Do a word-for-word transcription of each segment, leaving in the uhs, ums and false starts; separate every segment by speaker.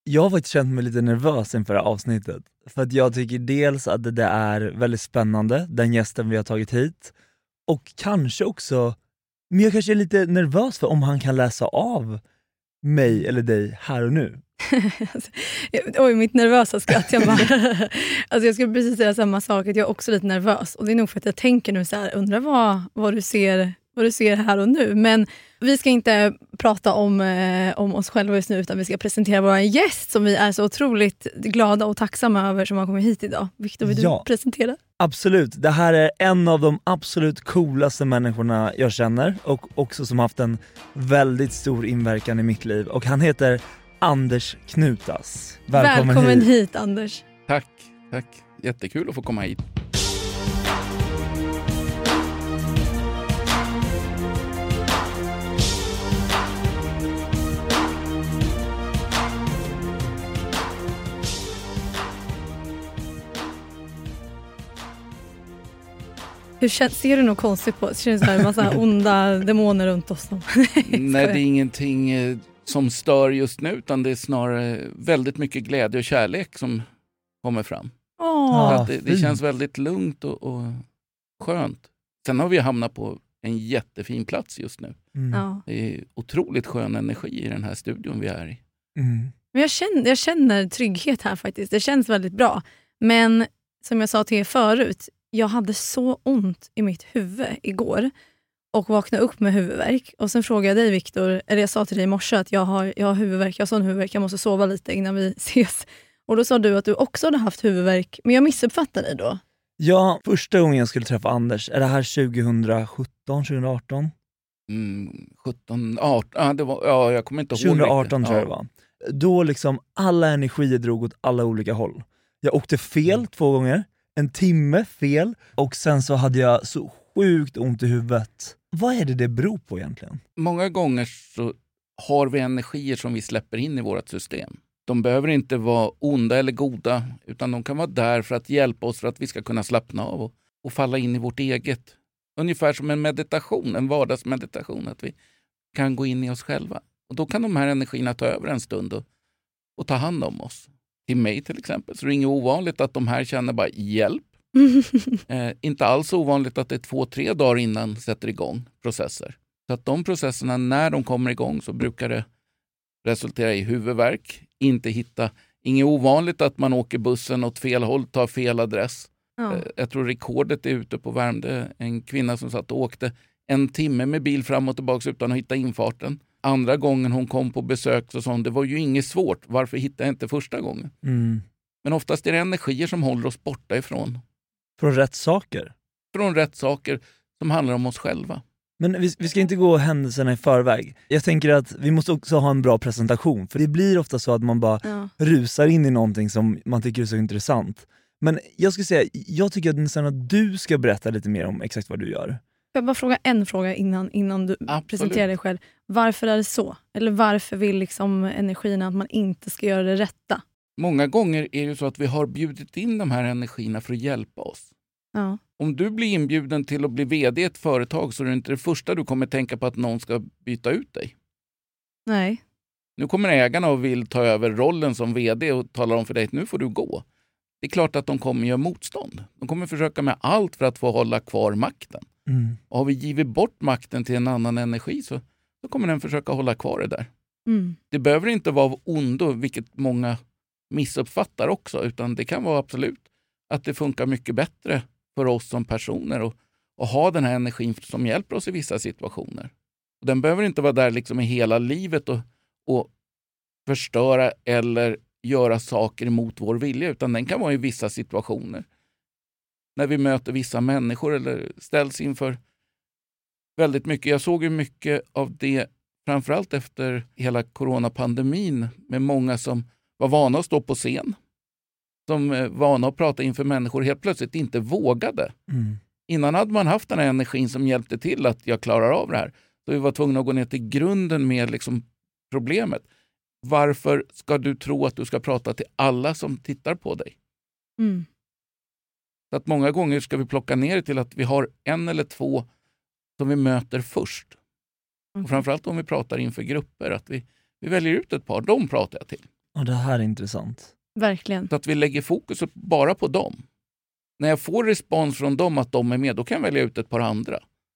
Speaker 1: Jag har faktiskt känt mig lite nervös inför det här avsnittet. För att jag tycker dels att det är väldigt spännande, den gästen vi har tagit hit. Och kanske också, men jag kanske är lite nervös för om han kan läsa av mig eller dig här och nu.
Speaker 2: Oj, mitt nervösa skratt. Jag, bara, alltså jag skulle precis säga samma sak, att jag är också lite nervös. Och det är nog för att jag tänker nu så här, undrar vad, vad, du ser, vad du ser här och nu. Men vi ska inte prata om, eh, om oss själva just nu, utan vi ska presentera vår gäst som vi är så otroligt glada och tacksamma över som har kommit hit idag. Victor, vill
Speaker 1: Ja,
Speaker 2: du presentera?
Speaker 1: Absolut, det här är en av de absolut coolaste människorna jag känner och också som haft en väldigt stor inverkan i mitt liv. Och han heter Anders Knutas. Välkommen,
Speaker 2: Välkommen hit.
Speaker 1: hit
Speaker 2: Anders.
Speaker 3: Tack, tack. Jättekul att få komma hit.
Speaker 2: Hur känns, ser du något konstigt på? Det känns som en massa onda demoner runt oss.
Speaker 3: Nej, det är ingenting eh, som stör just nu, utan det är snarare väldigt mycket glädje och kärlek som kommer fram.
Speaker 2: Åh.
Speaker 3: Så att det, det känns väldigt lugnt och, och skönt. Sen har vi hamnat på en jättefin plats just nu.
Speaker 1: Mm.
Speaker 2: Ja.
Speaker 3: Det är otroligt skön energi i den här studion vi är i.
Speaker 1: Mm.
Speaker 2: Men jag känner, jag känner trygghet här faktiskt. Det känns väldigt bra. Men som jag sa till er förut, jag hade så ont i mitt huvud igår och vaknade upp med huvudvärk. Och sen frågade jag dig, Victor, eller jag sa till dig i morse att jag har, jag har huvudvärk, jag har sån huvudvärk, jag måste sova lite innan vi ses. Och då sa du att du också hade haft huvudvärk, men jag missuppfattade dig då.
Speaker 1: Ja, första gången jag skulle träffa Anders, är det här tjugohundrasjutton, tjugohundraarton?
Speaker 3: Mm, sjutton, arton, ja, det var, ja, jag kommer inte ihåg
Speaker 1: tjugohundraarton
Speaker 3: riktigt.
Speaker 1: tror jag det var. Då liksom alla energier drog åt alla olika håll. Jag åkte fel mm. två gånger, en timme fel, och sen så hade jag så sjukt ont i huvudet. Vad är det det beror på egentligen?
Speaker 3: Många gånger så har vi energier som vi släpper in i vårt system. De behöver inte vara onda eller goda, utan de kan vara där för att hjälpa oss för att vi ska kunna slappna av och, och falla in i vårt eget. Ungefär som en meditation, en vardagsmeditation, att vi kan gå in i oss själva. Och då kan de här energierna ta över en stund och, och ta hand om oss. Till mig till exempel, så det är inget ovanligt att de här känner bara hjälp. eh, inte alls ovanligt att det är två, tre dagar innan sätter igång processer. Så att de processerna, när de kommer igång, så brukar det resultera i huvudvärk. Inte hitta, inget ovanligt att man åker bussen åt fel håll, tar fel adress.
Speaker 2: Ja.
Speaker 3: Eh, jag tror rekordet är ute på Värmdö. En kvinna som satt och åkte en timme med bil fram och tillbaka utan att hitta infarten. Andra gången hon kom på besök så sa hon, det var ju inget svårt. Varför hittade jag inte första gången?
Speaker 1: Mm.
Speaker 3: Men oftast är det energier som håller oss borta ifrån.
Speaker 1: Från rätt saker?
Speaker 3: Från rätt saker som handlar om oss själva.
Speaker 1: Men vi, vi ska inte gå händelserna i förväg. Jag tänker att vi måste också ha en bra presentation. För det blir ofta så att man bara
Speaker 2: Ja.
Speaker 1: rusar in i någonting som man tycker är så intressant. Men jag ska säga, jag tycker att nästan att du ska berätta lite mer om exakt vad du gör.
Speaker 2: Får jag bara fråga en fråga innan, innan du
Speaker 3: Absolut.
Speaker 2: presenterar dig själv. Varför är det så? Eller varför vill liksom energierna att man inte ska göra det rätta?
Speaker 3: Många gånger är det så att vi har bjudit in de här energierna för att hjälpa oss.
Speaker 2: Ja.
Speaker 3: Om du blir inbjuden till att bli vd i ett företag så är det inte det första du kommer tänka på att någon ska byta ut dig.
Speaker 2: Nej.
Speaker 3: Nu kommer ägarna och vill ta över rollen som vd och talar om för dig att nu får du gå. Det är klart att de kommer göra motstånd. De kommer försöka med allt för att få hålla kvar makten.
Speaker 1: Mm.
Speaker 3: Och har vi givit bort makten till en annan energi så, så kommer den försöka hålla kvar det där.
Speaker 2: Mm.
Speaker 3: Det behöver inte vara av ondo, vilket många missuppfattar också, utan det kan vara absolut att det funkar mycket bättre för oss som personer och, och ha den här energin som hjälper oss i vissa situationer. Och den behöver inte vara där liksom i hela livet och, och förstöra eller göra saker emot vår vilja, utan den kan vara i vissa situationer. När vi möter vissa människor eller ställs inför väldigt mycket. Jag såg ju mycket av det framförallt efter hela coronapandemin med många som var vana att stå på scen. Som var vana att prata inför människor helt plötsligt inte vågade.
Speaker 1: Mm.
Speaker 3: Innan hade man haft den här energin som hjälpte till att jag klarar av det här. Så vi var tvungna att gå ner till grunden med liksom problemet. Varför ska du tro att du ska prata till alla som tittar på dig?
Speaker 2: Mm.
Speaker 3: Så att många gånger ska vi plocka ner till att vi har en eller två som vi möter först.
Speaker 2: Mm.
Speaker 3: Och framförallt om vi pratar inför grupper, att vi, vi väljer ut ett par, de pratar jag till.
Speaker 1: Och det här är intressant.
Speaker 2: Verkligen.
Speaker 3: Så att vi lägger fokus bara på dem. När jag får respons från dem att de är med, då kan jag välja ut ett par andra.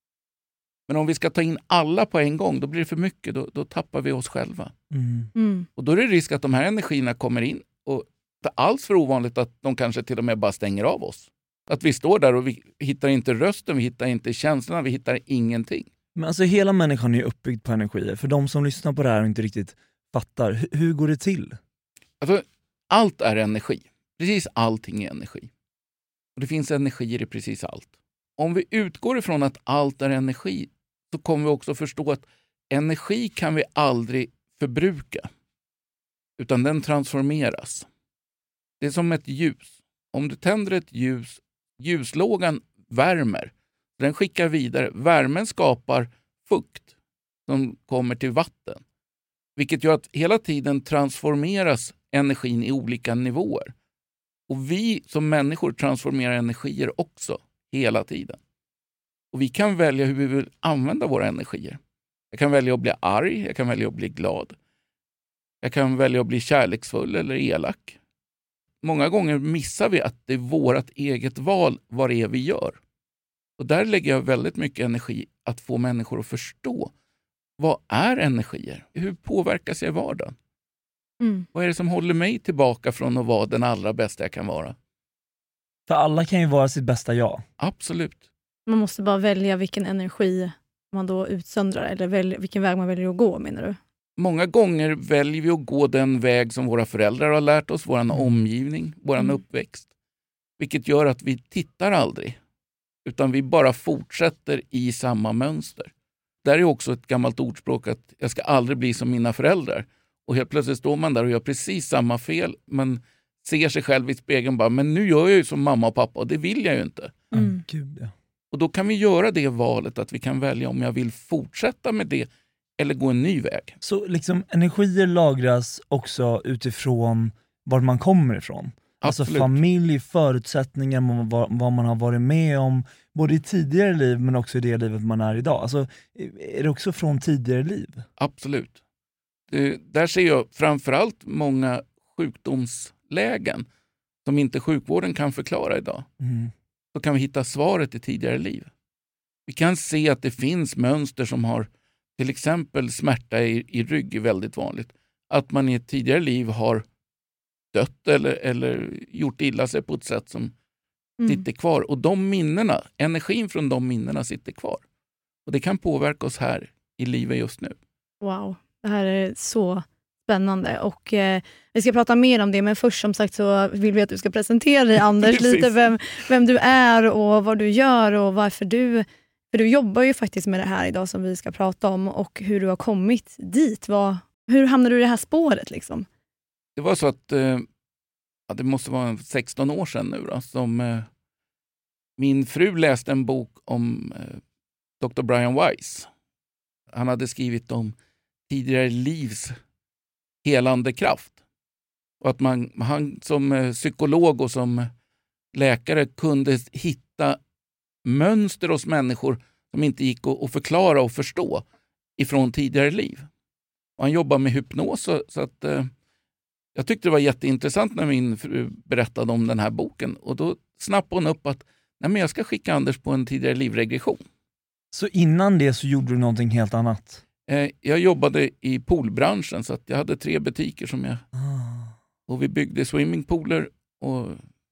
Speaker 3: Men om vi ska ta in alla på en gång, då blir det för mycket. Då, då tappar vi oss själva.
Speaker 1: Mm.
Speaker 2: Mm.
Speaker 3: Och då är det risk att de här energierna kommer in. Och det är alls för ovanligt att de kanske till och med bara stänger av oss. Att vi står där och vi hittar inte rösten, vi hittar inte känslorna, vi hittar ingenting.
Speaker 1: Men alltså hela människan är ju uppbyggd på energier. För de som lyssnar på det här och inte riktigt fattar, hur, hur går det till?
Speaker 3: Alltså, allt är energi. Precis allting är energi. Och det finns energier i precis allt. Om vi utgår ifrån att allt är energi, så kommer vi också förstå att energi kan vi aldrig förbruka. Utan den transformeras. Det är som ett ljus. Om du tänder ett ljus, ljuslågan värmer. Den skickar vidare. Värmen skapar fukt som kommer till vatten. Vilket gör att hela tiden transformeras energin i olika nivåer. Och vi som människor transformerar energier också hela tiden. Och vi kan välja hur vi vill använda våra energier. Jag kan välja att bli arg, jag kan välja att bli glad. Jag kan välja att bli kärleksfull eller elak. Många gånger missar vi att det är vårt eget val vad det är vi gör. Och där lägger jag väldigt mycket energi att få människor att förstå. Vad är energier? Hur påverkas jag i vardagen?
Speaker 2: Mm.
Speaker 3: Vad är det som håller mig tillbaka från att vara den allra bästa jag kan vara?
Speaker 1: För alla kan ju vara sitt bästa jag.
Speaker 3: Absolut.
Speaker 2: Man måste bara välja vilken energi man då utsöndrar. Eller välja, vilken väg man väljer att gå, menar du?
Speaker 3: Många gånger väljer vi att gå den väg som våra föräldrar har lärt oss, vår
Speaker 1: Mm.
Speaker 3: omgivning, vår
Speaker 2: Mm.
Speaker 3: uppväxt. Vilket gör att vi tittar aldrig. Utan vi bara fortsätter i samma mönster. Där är också ett gammalt ordspråk att jag ska aldrig bli som mina föräldrar. Och helt plötsligt står man där och gör precis samma fel. Men ser sig själv i spegeln och bara, men nu gör jag ju som mamma och pappa och det vill jag ju inte.
Speaker 2: Mm.
Speaker 1: Mm. Gud, ja.
Speaker 3: Och då kan vi göra det valet att vi kan välja om jag vill fortsätta med det eller gå en ny väg.
Speaker 1: Så liksom energier lagras också utifrån var man kommer ifrån. Alltså
Speaker 3: Absolut.
Speaker 1: familj, förutsättningar, vad, vad man har varit med om, både i tidigare liv men också i det livet man är idag. Alltså, är det också från tidigare liv?
Speaker 3: Absolut. Det, där ser jag framförallt många sjukdomslägen som inte sjukvården kan förklara idag.
Speaker 1: Mm.
Speaker 3: Då kan vi hitta svaret i tidigare liv. Vi kan se att det finns mönster som har till exempel smärta i, i rygg är väldigt vanligt. Att man i ett tidigare liv har dött eller, eller gjort illa sig på ett sätt som
Speaker 2: Mm.
Speaker 3: sitter kvar. Och de minnena, energin från de minnena sitter kvar. Och det kan påverka oss här i livet just nu.
Speaker 2: Wow, det här är så spännande. Och eh, vi ska prata mer om det, men först som sagt så vill vi att du ska presentera dig, Anders,
Speaker 3: Precis.
Speaker 2: lite vem, vem du är och vad du gör och varför du... För du jobbar ju faktiskt med det här idag som vi ska prata om och hur du har kommit dit. Vad, hur hamnade du i det här spåret liksom?
Speaker 3: Det var så att eh, ja, det måste vara sexton år sedan nu då, som eh, min fru läste en bok om eh, doktor Brian Weiss. Han hade skrivit om tidigare livs helande kraft. Och att man, han som eh, psykolog och som läkare kunde hitta mönster hos människor som inte gick att, att förklara och förstå ifrån tidigare liv. Och han jobbar med hypnos så, så att eh, jag tyckte det var jätteintressant när min fru berättade om den här boken. Och då snappade hon upp att nej, men jag ska skicka Anders på en tidigare livregression.
Speaker 1: Så innan det så gjorde du någonting helt annat?
Speaker 3: Eh, jag jobbade i poolbranschen så att jag hade tre butiker som jag...
Speaker 1: Ah.
Speaker 3: Och vi byggde swimmingpooler och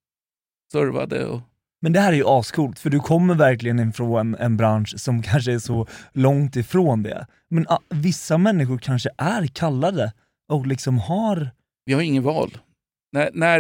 Speaker 3: servade. Och...
Speaker 1: Men det här är ju ascoolt, för du kommer verkligen ifrån en, en bransch som kanske är så långt ifrån det. Men ah, vissa människor kanske är kallade och liksom har...
Speaker 3: Vi har ingen val. När, när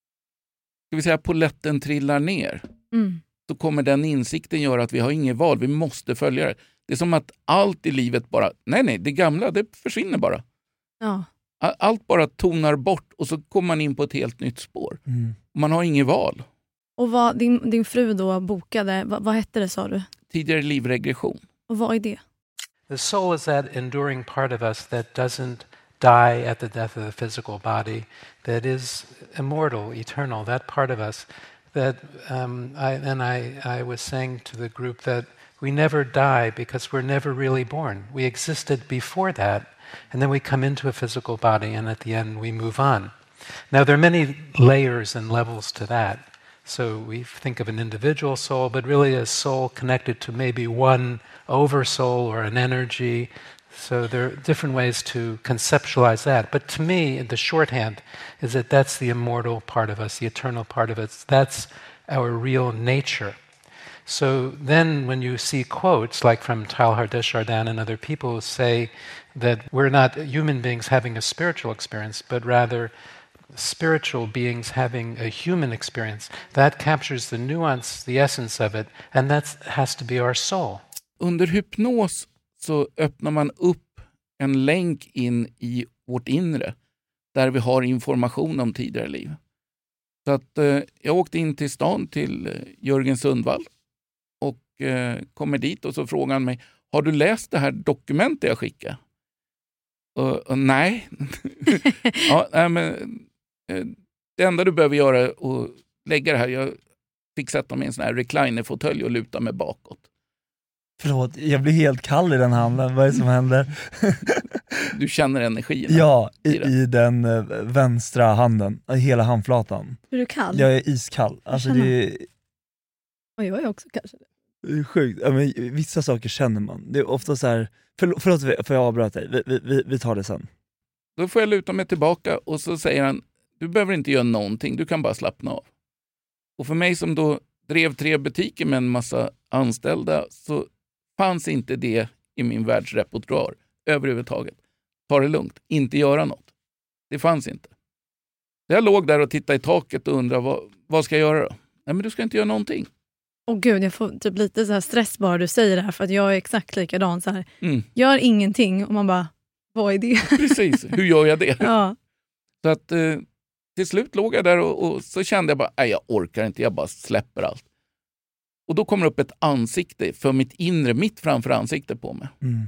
Speaker 3: ska vi säga, poletten trillar ner
Speaker 2: Mm.
Speaker 3: så kommer den insikten göra att vi har ingen val. Vi måste följa det. Det är som att allt i livet bara... Nej, nej, det gamla, det försvinner bara.
Speaker 2: Ja.
Speaker 3: Allt bara tonar bort och så kommer man in på ett helt nytt spår.
Speaker 1: Mm.
Speaker 3: Man har ingen val.
Speaker 2: Och vad din, din fru då bokade, vad, vad hette det sa du?
Speaker 3: Tidigare livregression.
Speaker 2: Och vad är det?
Speaker 4: The soul is that enduring part of us that doesn't die at the death of the physical body, that is immortal, eternal, that part of us. That um, I, and I, I was saying to the group that we never die because we're never really born. We existed before that, And then we come into a physical body, and at the end we move on. Now there are many layers and levels to that. So we think of an individual soul, but really a soul connected to maybe one oversoul or an energy. So there are different ways to conceptualize that. But to me, the shorthand is that that's the immortal part of us, the eternal part of us. That's our real nature. So then when you see quotes like from Teilhard de Chardin and other people who say that we're not human beings having a spiritual experience, but rather spiritual beings having a human experience, that captures the nuance, the essence of it, and that has to be our soul.
Speaker 3: Under hypnos så öppnar man upp en länk in i vårt inre där vi har information om tidigare liv. Så att eh, jag åkte in till stan till eh, Jörgen Sundvall och eh, kommer dit och så frågar han mig, har du läst det här dokumentet jag skickade? Och, och nej. ja, nej men, eh, det enda du behöver göra är att lägga det här, jag fick sätta mig i en sån här recliner-fåtölj och luta mig bakåt.
Speaker 1: Förlåt, jag blir helt kall i den handen. Vad är det som händer?
Speaker 3: Du känner energin?
Speaker 1: Ja, i,
Speaker 3: i,
Speaker 1: i den uh, vänstra handen. Hela handflatan.
Speaker 2: Är du kall?
Speaker 1: Jag är iskall. Alltså det är...
Speaker 2: Och jag är också kanske det.
Speaker 1: Det är sjukt. Ja, men, vissa saker känner man. Det är ofta så här... Förlåt, förlåt för jag avbröt dig. Vi, vi, vi tar det sen.
Speaker 3: Då får jag luta mig tillbaka och så säger han, du behöver inte göra någonting. Du kan bara slappna av. Och för mig som då drev tre butiker med en massa anställda så fanns inte det i min världsrepertoar överhuvudtaget. Ta det lugnt, inte göra något. Det fanns inte. Jag låg där och tittade i taket och undrade, vad, vad ska jag göra då? Nej, men du ska inte göra någonting.
Speaker 2: Åh gud, jag får typ lite så här stress bara du säger det här, för att jag är exakt likadan så här.
Speaker 3: Mm.
Speaker 2: Gör ingenting och man bara, vad är det?
Speaker 3: Precis, hur gör jag det?
Speaker 2: Ja.
Speaker 3: Så att eh, till slut låg jag där och, och så kände jag bara, nej jag orkar inte, jag bara släpper allt. Och då kommer upp ett ansikte för mitt inre, mitt framför ansikte på mig.
Speaker 1: Mm.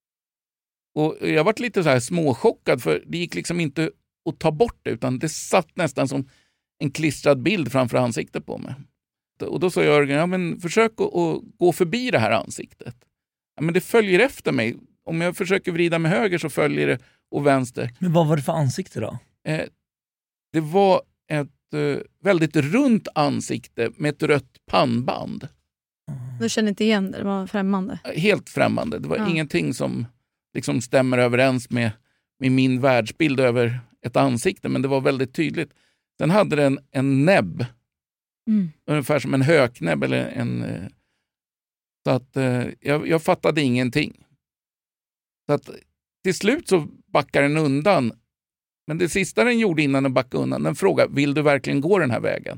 Speaker 3: Och jag var lite så här småchockad för det gick liksom inte att ta bort det utan det satt nästan som en klistrad bild framför ansiktet på mig. Och då sa Jörgen, ja men försök att, att gå förbi det här ansiktet. Ja, men det följer efter mig. Om jag försöker vrida mig höger så följer det och vänster.
Speaker 1: Men vad var det för ansikte då?
Speaker 3: Eh, det var ett eh, väldigt runt ansikte med ett rött pannband.
Speaker 2: Du kände inte igen det, det var främmande.
Speaker 3: Helt främmande. Det var
Speaker 2: Ja.
Speaker 3: ingenting som liksom stämmer överens med, med min världsbild över ett ansikte. Men det var väldigt tydligt. Sen hade den en näbb.
Speaker 2: Mm.
Speaker 3: Ungefär som en höknäbb. Eller en, eh, så att eh, jag, jag fattade ingenting. Så att till slut så backar den undan. Men det sista den gjorde innan den backade undan, den frågade, vill du verkligen gå den här vägen?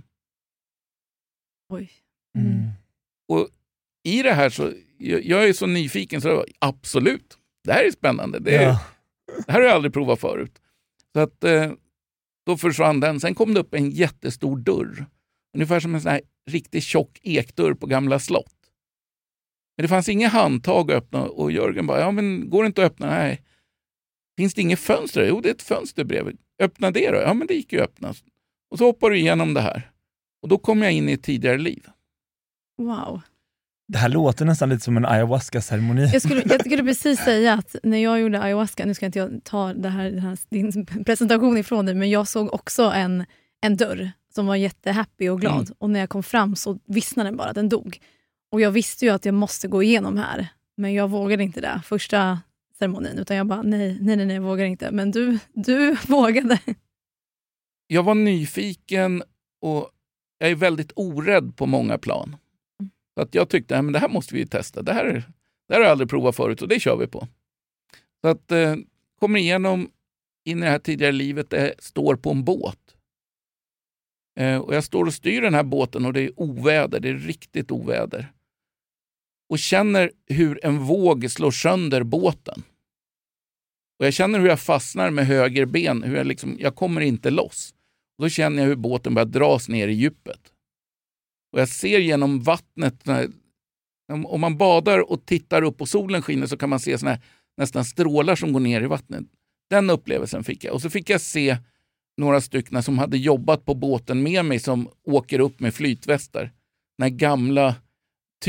Speaker 2: Oj.
Speaker 1: Mm.
Speaker 2: Mm.
Speaker 3: Och i det här så, jag, jag är så nyfiken så absolut, det här är spännande. Det, är,
Speaker 1: Ja.
Speaker 3: det här har jag aldrig provat förut. Så att eh, då försvann den. Sen kom det upp en jättestor dörr. Ungefär som en sån här riktigt tjock ekdörr på gamla slott. Men det fanns inga handtag att öppna och Jörgen bara, ja men går det inte att öppna? Nej. Finns det inget fönster? Jo, det är ett fönster bredvid. Öppna det då? Ja, men det gick ju att öppna. Och så hoppar du igenom det här. Och då kommer jag in i ett tidigare liv.
Speaker 2: Wow.
Speaker 1: Det här låter nästan lite som en ayahuasca-ceremoni.
Speaker 2: Jag skulle, jag skulle precis säga att när jag gjorde ayahuasca, nu ska inte jag ta det här, det här, din presentation ifrån dig, men jag såg också en, en dörr som var jättehappy och glad.
Speaker 3: Mm.
Speaker 2: Och när jag kom fram så vissnade den bara, den dog. Och jag visste ju att jag måste gå igenom här, men jag vågade inte det första ceremonin, utan jag bara, nej, nej, nej, nej jag vågar inte. Men du, du vågade.
Speaker 3: Jag var nyfiken och jag är väldigt orädd på många plan.
Speaker 2: Mm.
Speaker 3: Så att jag tyckte, men det här måste vi ju testa. Det här, det här har jag aldrig provat förut och det kör vi på. Så att eh, kommer igenom in i det här tidigare livet, det står på en båt. Eh, och jag står och styr den här båten och det är oväder, det är riktigt oväder. Och känner hur en våg slår sönder båten. Och jag känner hur jag fastnar med höger ben, hur jag liksom, jag kommer inte loss. Och då känner jag hur båten börjar dras ner i djupet. Och jag ser genom vattnet, här, om man badar och tittar upp och solen skiner så kan man se såna här, nästan strålar som går ner i vattnet. Den upplevelsen fick jag. Och så fick jag se några stycken som hade jobbat på båten med mig som åker upp med flytvästar. När gamla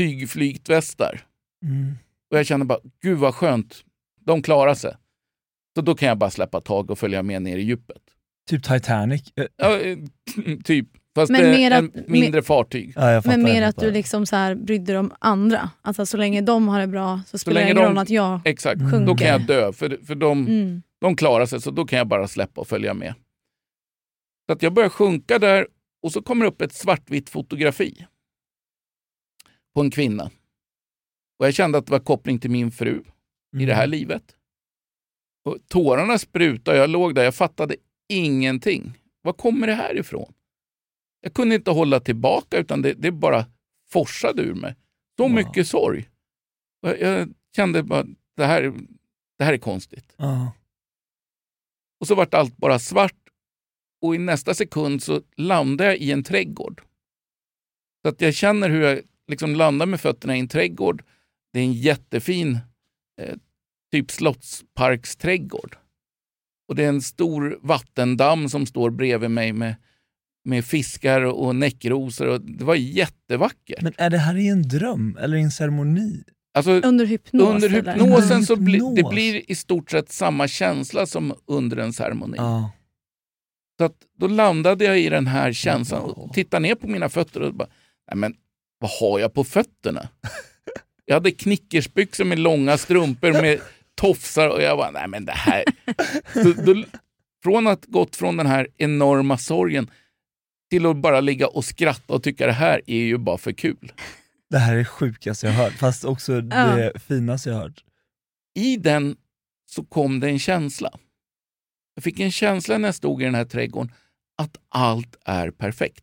Speaker 3: tygflytvästar.
Speaker 1: Mm.
Speaker 3: Och jag känner bara, gud vad skönt. De klarar sig. Så då kan jag bara släppa tag och följa med ner i djupet.
Speaker 1: Typ Titanic.
Speaker 3: Ja, typ. Fast
Speaker 2: Men
Speaker 3: det
Speaker 2: mer
Speaker 3: är en
Speaker 2: att-
Speaker 3: mindre fartyg.
Speaker 1: Ja, jag fattar,
Speaker 2: Men mer
Speaker 1: jag
Speaker 2: att
Speaker 1: fattar.
Speaker 2: du liksom så här brydde dig om andra. Alltså så länge de har det bra så spelar det
Speaker 3: länge
Speaker 2: ingen
Speaker 3: de-
Speaker 2: roll att jag
Speaker 3: Exakt.
Speaker 1: Mm.
Speaker 3: Då kan jag dö. För, för de,
Speaker 2: mm.
Speaker 3: de klarar sig, så då kan jag bara släppa och följa med. Så att jag börjar sjunka där och så kommer upp ett svartvitt fotografi på en kvinna. Och jag kände att det var koppling till min fru i det här
Speaker 1: Mm.
Speaker 3: livet. Och tårarna sprutade, jag låg där, jag fattade ingenting. Var kommer det här ifrån? Jag kunde inte hålla tillbaka, utan det, det bara forsade ur mig. Så
Speaker 1: Wow.
Speaker 3: mycket sorg. Och jag, jag kände bara, det här, det här är konstigt.
Speaker 1: Ja.
Speaker 3: Och så vart allt bara svart. Och i nästa sekund så landade jag i en trädgård. Så att jag känner hur jag liksom landar med fötterna i en trädgård. Det är en jättefin eh, typ slottsparksträdgård. Och det är en stor vattendamm som står bredvid mig med, med fiskar och näckrosor. Och det var jättevackert.
Speaker 1: Men är det här i en dröm eller i en ceremoni?
Speaker 3: Alltså,
Speaker 2: Under hypnos?
Speaker 3: under
Speaker 2: eller?
Speaker 3: hypnosen så blir
Speaker 1: Hypnos.
Speaker 3: det blir i stort sett samma känsla som under en ceremoni.
Speaker 1: Ja.
Speaker 3: Så att då landade jag i den här känslan
Speaker 1: Wow.
Speaker 3: och tittade ner på mina fötter och bara, nej men vad har jag på fötterna? Jag hade knickersbyxor med långa strumpor med tofsar och jag bara, nej men det här. Så, då, från att gått från den här enorma sorgen till att bara ligga och skratta och tycka det här är ju bara för kul.
Speaker 1: Det här är det sjukaste jag har hört, fast också det finaste jag har hört.
Speaker 3: I den så kom det en känsla. Jag fick en känsla när jag stod i den här trädgården att allt är perfekt.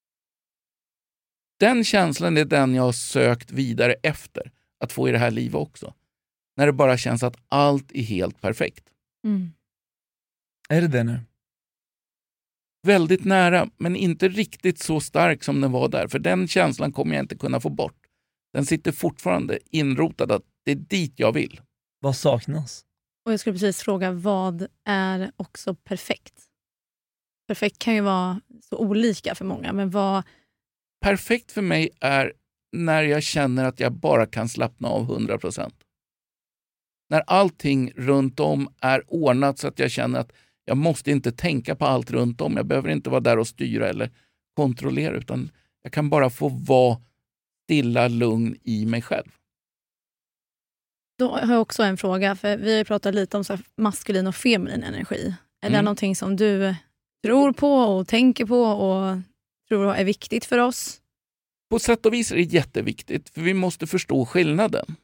Speaker 3: Den känslan är den jag har sökt vidare efter att få i det här livet också. När det bara känns att allt är helt perfekt.
Speaker 2: Mm.
Speaker 1: Är det det nu?
Speaker 3: Väldigt nära, men inte riktigt så stark som den var där. För den känslan kommer jag inte kunna få bort. Den sitter fortfarande inrotad att det är dit jag vill.
Speaker 1: Vad saknas?
Speaker 2: Och jag skulle precis fråga, vad är också perfekt? Perfekt kan ju vara så olika för många, men vad...
Speaker 3: Perfekt för mig är när jag känner att jag bara kan slappna av hundra procent. När allting runt om är ordnat så att jag känner att jag måste inte tänka på allt runt om. Jag behöver inte vara där och styra eller kontrollera, utan jag kan bara få vara stilla, lugn i mig själv.
Speaker 2: Då har jag också en fråga, för vi har ju pratat lite om så här maskulin och feminin energi. Är det
Speaker 3: Mm.
Speaker 2: någonting som du tror på och tänker på och tror är viktigt för oss?
Speaker 3: På sätt och vis är det jätteviktigt, för vi måste förstå skillnaden.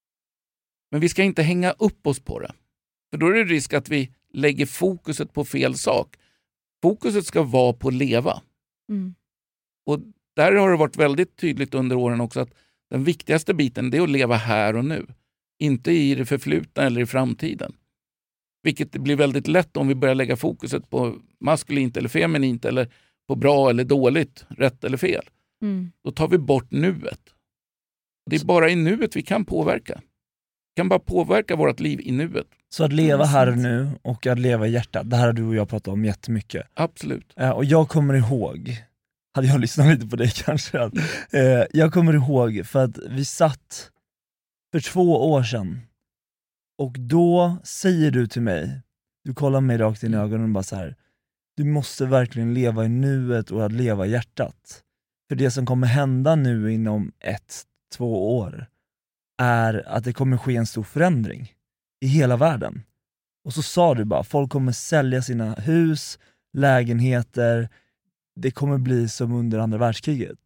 Speaker 3: Men vi ska inte hänga upp oss på det. För då är det risk att vi lägger fokuset på fel sak. Fokuset ska vara på att leva.
Speaker 2: Mm.
Speaker 3: Och där har det varit väldigt tydligt under åren också att den viktigaste biten det är att leva här och nu. Inte i det förflutna eller i framtiden. Vilket blir väldigt lätt om vi börjar lägga fokuset på maskulint eller feminint eller på bra eller dåligt, rätt eller fel.
Speaker 2: Mm.
Speaker 3: Då tar vi bort nuet. Det är bara i nuet vi kan påverka. Vi kan bara påverka vårt liv i nuet.
Speaker 1: Så att leva
Speaker 2: Ja,
Speaker 1: här och
Speaker 2: sant.
Speaker 1: nu och att leva i hjärtat, det här har du och jag pratat om jättemycket.
Speaker 3: Absolut.
Speaker 1: Eh, och jag kommer ihåg, hade jag lyssnat lite på dig kanske, att, eh, jag kommer ihåg för att vi satt för två år sedan och då säger du till mig, du kollar mig rakt in i ögonen och bara så här: du måste verkligen leva i nuet och att leva i hjärtat. För det som kommer hända nu inom ett, två år är att det kommer ske en stor förändring i hela världen. Och så sa du bara, folk kommer sälja sina hus, lägenheter, det kommer bli som under andra världskriget.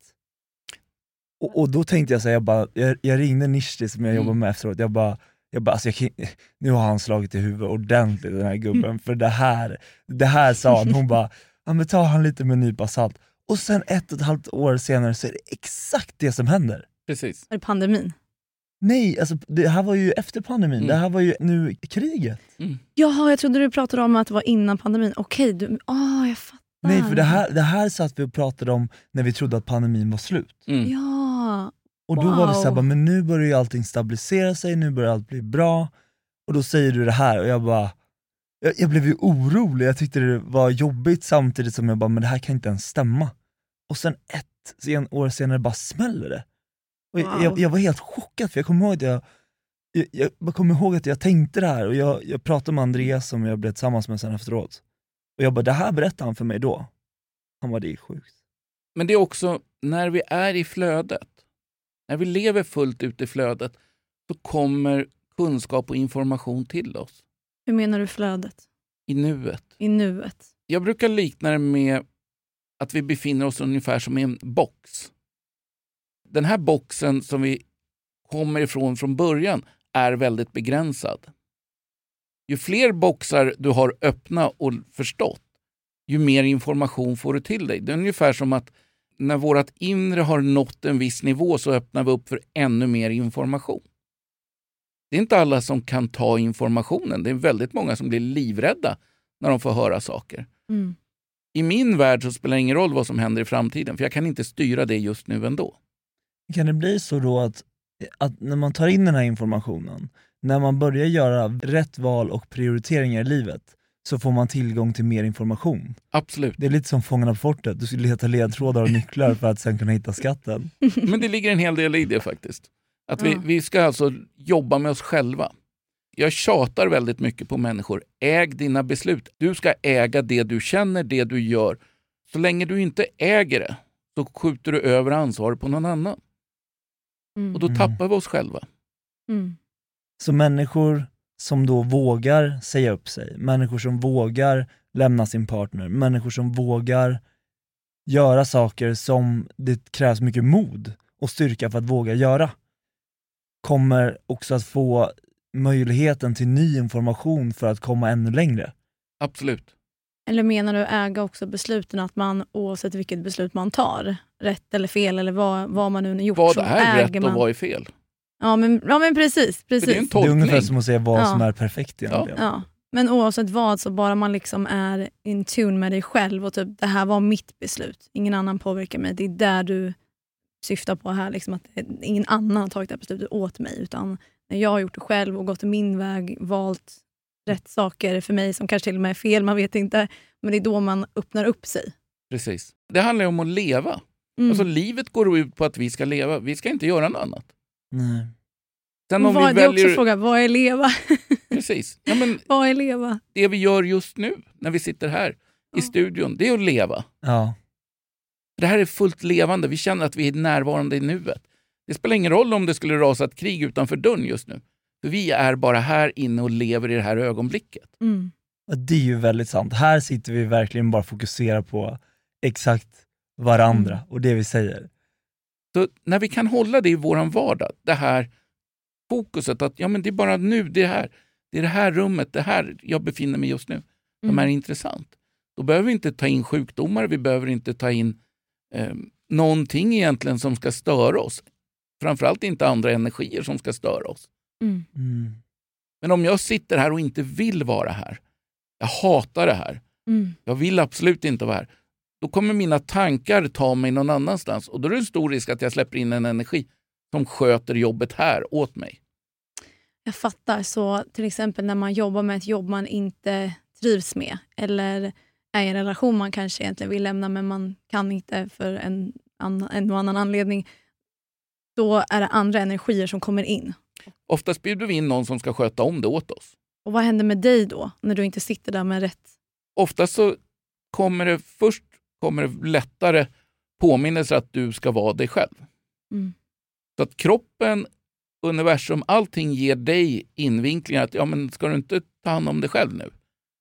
Speaker 1: Och, och då tänkte jag så här, jag, bara, jag, jag ringde Nishti som jag
Speaker 3: Mm.
Speaker 1: jobbar med efteråt, jag bara, jag bara alltså jag kan, nu har han slagit i huvudet ordentligt den här gubben,
Speaker 2: Mm.
Speaker 1: för det här, det här sa han, hon bara, ja men ta han lite med en nypa salt. Och sen ett och ett halvt år senare så är det exakt det som händer.
Speaker 3: Precis.
Speaker 2: Är det pandemin?
Speaker 1: Nej, alltså det här var ju efter pandemin,
Speaker 3: Mm.
Speaker 1: det här var ju nu kriget.
Speaker 3: Mm.
Speaker 2: Jaha, jag trodde du pratade om att det var innan pandemin. Okej, du... oh, jag fattar.
Speaker 1: Nej, för det här, det här satt vi och pratade om när vi trodde att pandemin var slut.
Speaker 3: Mm.
Speaker 2: Ja.
Speaker 1: Och då var vi såhär,
Speaker 2: Wow.
Speaker 1: bara, men nu börjar ju allting stabilisera sig, nu börjar allt bli bra. Och då säger du det här och jag bara, jag, jag blev ju orolig, jag tyckte det var jobbigt samtidigt som jag bara, men det här kan inte ens stämma. Och sen ett sen, år senare bara smäller det. Och jag,
Speaker 2: Wow.
Speaker 1: jag, jag var helt chockad, för jag kommer ihåg att jag, jag, jag bara kommer ihåg att jag tänkte det här, och jag, jag pratade med Andreas som jag blev tillsammans med sen efteråt. Och jag bara, det här berättade han för mig då. Han var det är sjukt.
Speaker 3: Men det är också, när vi är i flödet, när vi lever fullt ut i flödet, så kommer kunskap och information till oss.
Speaker 2: Hur menar du flödet?
Speaker 3: I nuet.
Speaker 2: I nuet.
Speaker 3: Jag brukar likna det med att vi befinner oss ungefär som i en box. Den här boxen som vi kommer ifrån från början är väldigt begränsad. Ju fler boxar du har öppna och förstått, ju mer information får du till dig. Det är ungefär som att när vårt inre har nått en viss nivå så öppnar vi upp för ännu mer information. Det är inte alla som kan ta informationen. Det är väldigt många som blir livrädda när de får höra saker.
Speaker 2: Mm.
Speaker 3: I min värld så spelar det ingen roll vad som händer i framtiden, för jag kan inte styra det just nu ändå.
Speaker 1: Kan det bli så då att, att när man tar in den här informationen, när man börjar göra rätt val och prioriteringar i livet, så får man tillgång till mer information?
Speaker 3: Absolut.
Speaker 1: Det är lite som Fångarna på fortet. Du skulle leta ledtrådar och nycklar för att sen kunna hitta skatten.
Speaker 3: Men det ligger en hel del i det faktiskt. Att vi,
Speaker 2: Ja.
Speaker 3: vi ska alltså jobba med oss själva. Jag tjatar väldigt mycket på människor. Äg dina beslut. Du ska äga det du känner, det du gör. Så länge du inte äger det, så skjuter du över ansvaret på någon annan.
Speaker 2: Mm.
Speaker 3: Och då tappar vi oss själva.
Speaker 2: Mm.
Speaker 1: Så människor som då vågar säga upp sig, människor som vågar lämna sin partner, människor som vågar göra saker som det krävs mycket mod och styrka för att våga göra, kommer också att få möjligheten till ny information för att komma ännu längre.
Speaker 3: Absolut.
Speaker 2: Eller menar du äga också besluten, att man oavsett vilket beslut man tar, rätt eller fel eller vad, vad man nu gjort,
Speaker 3: Vad
Speaker 2: så
Speaker 3: är
Speaker 2: äger
Speaker 3: rätt
Speaker 2: man.
Speaker 3: och vad är fel?
Speaker 2: Ja men, ja, men precis. precis.
Speaker 3: det är en
Speaker 1: Det är ungefär
Speaker 3: tolkning.
Speaker 1: som att säga vad
Speaker 2: Ja.
Speaker 1: som är perfekt egentligen.
Speaker 2: Ja. Men oavsett vad, så bara man liksom är in tune med dig själv och typ, det här var mitt beslut, ingen annan påverkar mig, det är där du syftar på här, liksom, att ingen annan har tagit det här beslutet åt mig, utan när jag har gjort det själv och gått min väg, valt rätt saker för mig som kanske till och med är fel, man vet inte, men det är då man öppnar upp sig.
Speaker 3: Precis. Det handlar ju om att leva.
Speaker 2: Mm.
Speaker 3: Alltså livet går ut på att vi ska leva. Vi ska inte göra något annat.
Speaker 1: Nej.
Speaker 3: Sen
Speaker 2: Och
Speaker 3: om
Speaker 2: vad,
Speaker 3: vi
Speaker 2: det är också
Speaker 3: väljer...
Speaker 2: fråga, vad är leva?
Speaker 3: Precis. Ja, men
Speaker 2: Vad är leva?
Speaker 3: det vi gör just nu när vi sitter här i
Speaker 2: Ja.
Speaker 3: studion, det är att leva.
Speaker 1: Ja.
Speaker 3: Det här är fullt levande. Vi känner att vi är närvarande i nuet. Det spelar ingen roll om det skulle rasa ett krig utanför dörren just nu. För vi är bara här inne och lever i det här ögonblicket.
Speaker 2: Mm.
Speaker 1: Och det är ju väldigt sant. Här sitter vi verkligen bara fokuserar på exakt varandra
Speaker 2: Mm.
Speaker 1: och det vi säger.
Speaker 3: Så när vi kan hålla det i våran vardag, det här fokuset att ja, men det är bara nu, det är här. Det är det här rummet, det här jag befinner mig just nu, som
Speaker 2: Mm.
Speaker 3: är intressant. Då behöver vi inte ta in sjukdomar, vi behöver inte ta in eh, någonting egentligen som ska störa oss. Framförallt inte andra energier som ska störa oss.
Speaker 2: Mm.
Speaker 1: Mm.
Speaker 3: Men om jag sitter här och inte vill vara här, jag hatar det här,
Speaker 2: Mm.
Speaker 3: jag vill absolut inte vara här, då kommer mina tankar ta mig någon annanstans. Och då är det en stor risk att jag släpper in en energi som sköter jobbet här åt mig.
Speaker 2: Jag fattar. Så till exempel när man jobbar med ett jobb man inte trivs med, eller är i en relation man kanske egentligen vill lämna men man kan inte för en, annan, en och annan anledning, då är det andra energier som kommer in.
Speaker 3: Oftast bjuder vi in någon som ska sköta om det åt oss.
Speaker 2: Och vad händer med dig då när du inte sitter där med rätt?
Speaker 3: Oftast så kommer det först kommer det lättare påminnelser att du ska vara dig själv.
Speaker 2: Mm.
Speaker 3: Så att kroppen, universum, allting ger dig invinklingar att ja, men ska du inte ta hand om dig själv nu?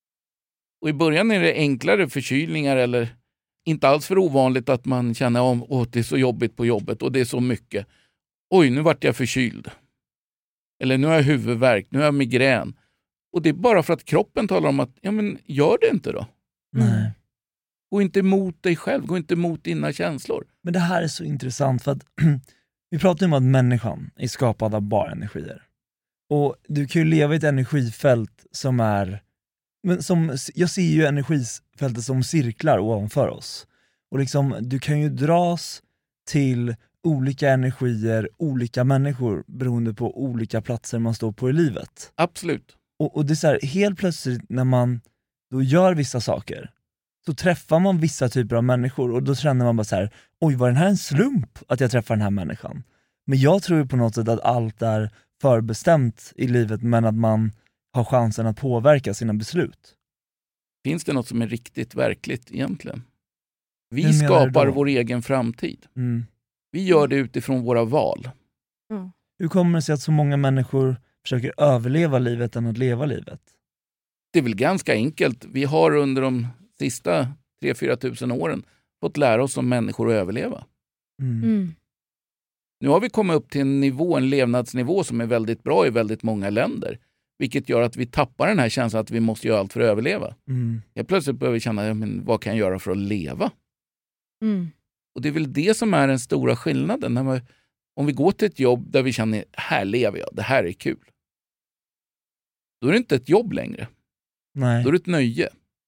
Speaker 3: Och i början är det enklare förkylningar eller inte alls för ovanligt att man känner om åh, det är så jobbigt på jobbet och det är så mycket. Oj, nu vart jag förkyld. Eller nu har jag huvudvärk, nu har jag migrän. Och det är bara för att kroppen talar om att ja, men gör det inte då.
Speaker 1: Nej.
Speaker 3: Gå inte emot dig själv, gå inte emot dina känslor.
Speaker 1: Men det här är så intressant för att vi pratar ju om att människan är skapad av bara energier. Och du kan ju leva i ett energifält som är, men som, jag ser ju energifältet som cirklar ovanför oss. Och liksom, du kan ju dras till olika energier, olika människor beroende på olika platser man står på i livet.
Speaker 3: Absolut.
Speaker 1: Och, och det är så här, helt plötsligt när man då gör vissa saker, så träffar man vissa typer av människor och då känner man bara så här: oj, var den här en slump att jag träffar den här människan? Men jag tror ju på något sätt att allt är förbestämt i livet, men att man har chansen att påverka sina beslut.
Speaker 3: Finns det något som är riktigt verkligt egentligen? Vi
Speaker 1: Hur menar du
Speaker 3: skapar
Speaker 1: då?
Speaker 3: vår egen framtid.
Speaker 1: Mm.
Speaker 3: Vi gör det utifrån våra val.
Speaker 2: Mm.
Speaker 1: Hur kommer det sig att så många människor försöker överleva livet än att leva livet?
Speaker 3: Det är väl ganska enkelt. Vi har under de sista tre till fyra tusen åren fått lära oss som människor att överleva.
Speaker 1: Mm.
Speaker 2: Mm.
Speaker 3: Nu har vi kommit upp till en nivå, en levnadsnivå som är väldigt bra i väldigt många länder. Vilket gör att vi tappar den här känslan att vi måste göra allt för att överleva.
Speaker 1: Mm.
Speaker 3: Jag plötsligt börjar vi känna, men vad kan jag göra för att leva?
Speaker 2: Mm.
Speaker 3: Och det är väl det som är den stora skillnaden. När man, om vi går till ett jobb där vi känner, här lever jag, det här är kul. Då är det inte ett jobb längre.
Speaker 1: Nej.
Speaker 3: Då är det ett nöje.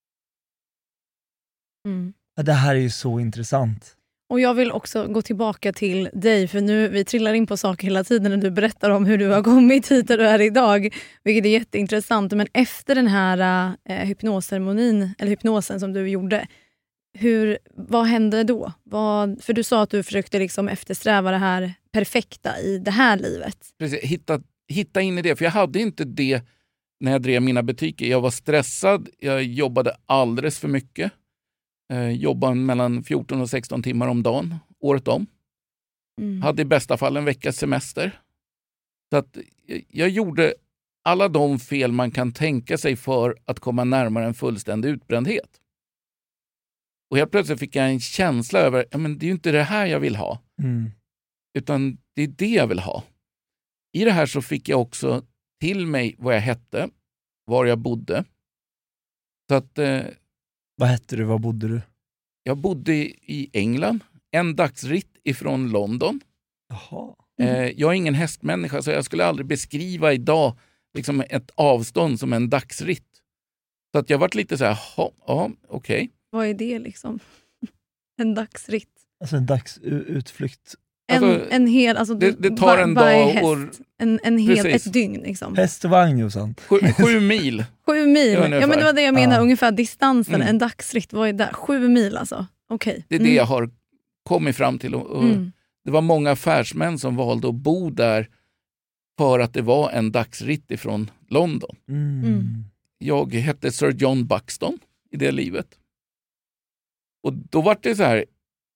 Speaker 2: Mm.
Speaker 1: Ja, det här är ju så intressant.
Speaker 2: Och jag vill också gå tillbaka till dig, för nu vi trillar in på saker hela tiden när du berättar om hur du har kommit hit där du är idag, vilket är jätteintressant. Men efter den här eh, hypnosceremonin, eller hypnosen som du gjorde, hur, vad hände då? Vad, för du sa att du försökte liksom eftersträva det här perfekta i det här livet.
Speaker 3: Precis, hitta, hitta in i det. För jag hade inte det när jag drev mina butiker. Jag var stressad, jag jobbade alldeles för mycket. Eh, jobbade mellan fjorton och sexton timmar om dagen, året om.
Speaker 2: Mm.
Speaker 3: Hade i bästa fall en veckas semester. Så att jag gjorde alla de fel man kan tänka sig för att komma närmare en fullständig utbrändhet. Och helt plötsligt fick jag en känsla över, ja, men det är ju inte det här jag vill ha.
Speaker 1: Mm.
Speaker 3: Utan det är det jag vill ha. I det här så fick jag också till mig vad jag hette, var jag bodde. Så att eh,
Speaker 1: Vad hette du? Var bodde du?
Speaker 3: jag bodde i England, en dagsritt ifrån London.
Speaker 1: Jaha.
Speaker 3: Eh, jag är ingen hästmänniska så jag skulle aldrig beskriva idag liksom ett avstånd som en dagsritt. Så att jag varit lite så här, ja, ja okej.
Speaker 2: Vad är det liksom? En dagsritt.
Speaker 1: Alltså en dagsutflykt.
Speaker 2: En,
Speaker 3: Alltså,
Speaker 2: en hel, alltså,
Speaker 3: det- det tar en
Speaker 2: by
Speaker 3: dag
Speaker 2: häst.
Speaker 3: och-
Speaker 2: En, en hel,
Speaker 3: Precis.
Speaker 2: ett dygn liksom.
Speaker 1: Häst och vagn, Jossan.
Speaker 3: Sju, sju mil.
Speaker 2: Sju mil.
Speaker 3: Ja, ungefär.
Speaker 2: Ja, men det var det jag menar,
Speaker 1: Ja.
Speaker 2: ungefär distansen,
Speaker 3: Mm.
Speaker 2: en dagsritt, vad är det? Sju mil alltså. Okej.
Speaker 3: Det är det jag har kommit fram till. Och, och
Speaker 2: Mm.
Speaker 3: det var många affärsmän som valde att bo där för att det var en dagsritt ifrån London.
Speaker 1: Mm.
Speaker 2: Mm.
Speaker 3: Jag hette Sir John Buxton i det livet. Och då var det så här,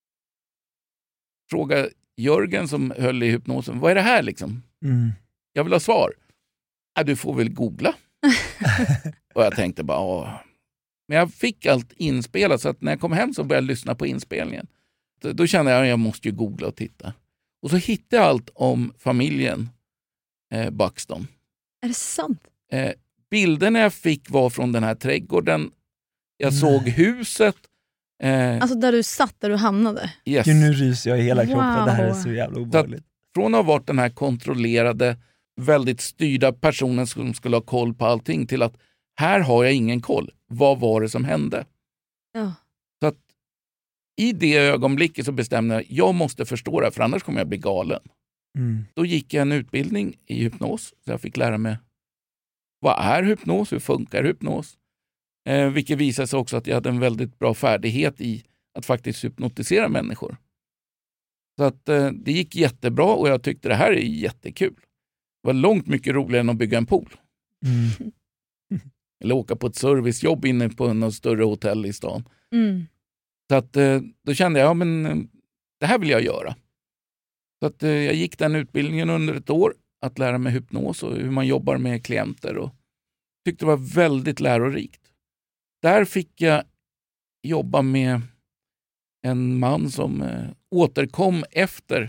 Speaker 3: fråga Jörgen som höll i hypnosen, vad är det här liksom?
Speaker 1: Mm.
Speaker 3: Jag vill ha svar. Ja, du får väl googla. Och jag tänkte bara, åh. Men jag fick allt inspelat så att när jag kom hem så började jag lyssna på inspelningen. Då, då kände jag att jag måste ju googla och titta. Och så hittade jag allt om familjen eh, Buxton.
Speaker 2: Är det sant?
Speaker 3: Eh, bilderna jag fick var från den här trädgården. Jag
Speaker 1: Nej.
Speaker 3: såg huset. Eh,
Speaker 2: Alltså där du satt, där du hamnade?
Speaker 3: yes.
Speaker 1: Gud, nu ryser jag i hela kroppen.
Speaker 2: Wow.
Speaker 1: Det här är så jävla obehagligt.
Speaker 3: Från att ha varit den här kontrollerade, väldigt styrda personen som skulle ha koll på allting till att här har jag ingen koll. Vad var det som hände?
Speaker 2: Ja.
Speaker 3: Så att i det ögonblicket så bestämde jag jag måste förstå det här, för annars kommer jag bli galen.
Speaker 1: Mm.
Speaker 3: Då gick jag en utbildning i hypnos så jag fick lära mig vad är hypnos, hur funkar hypnos? Eh, vilket visade sig också att jag hade en väldigt bra färdighet i att faktiskt hypnotisera människor. Så att eh, det gick jättebra och jag tyckte det här är jättekul. Det var långt mycket roligare än att bygga en pool.
Speaker 1: Mm.
Speaker 3: Eller åka på ett servicejobb inne på något större hotell i stan.
Speaker 2: Mm.
Speaker 3: Så att eh, då kände jag, ja men eh, det här vill jag göra. Så att eh, jag gick den utbildningen under ett år att lära mig hypnos och hur man jobbar med klienter och tyckte det var väldigt lärorikt. Där fick jag jobba med en man som eh, återkom efter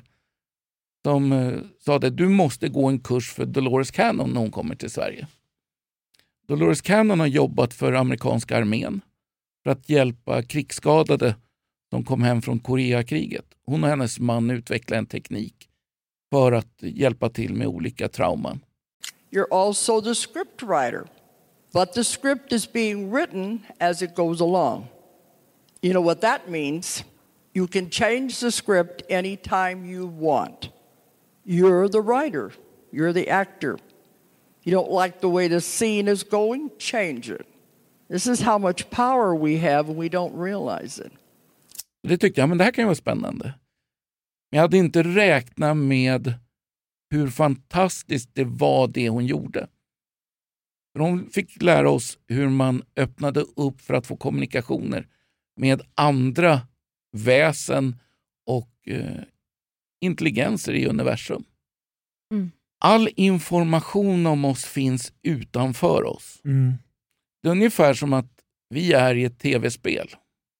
Speaker 3: som eh, sa att du måste gå en kurs för Dolores Cannon när hon kommer till Sverige. Dolores Cannon har jobbat för amerikanska armén för att hjälpa krigsskadade som kom hem från Koreakriget. Hon och hennes man utvecklade en teknik för att hjälpa till med olika trauman.
Speaker 5: You're also the script writer, but the script is being written as it goes along. You know what that means? You can change the script anytime you want. You're the writer. You're the actor. You don't like the way the scene is going? Change it. This is how much power we have and we don't realize it.
Speaker 3: Det tyckte jag, men det här kan ju vara spännande. Men jag hade inte räknat med hur fantastiskt det var det hon gjorde. För hon fick lära oss hur man öppnade upp för att få kommunikationer med andra väsen och eh, intelligenser i universum.
Speaker 2: Mm.
Speaker 3: All information om oss finns utanför oss.
Speaker 1: Mm.
Speaker 3: Det är ungefär som att vi är i ett tv-spel.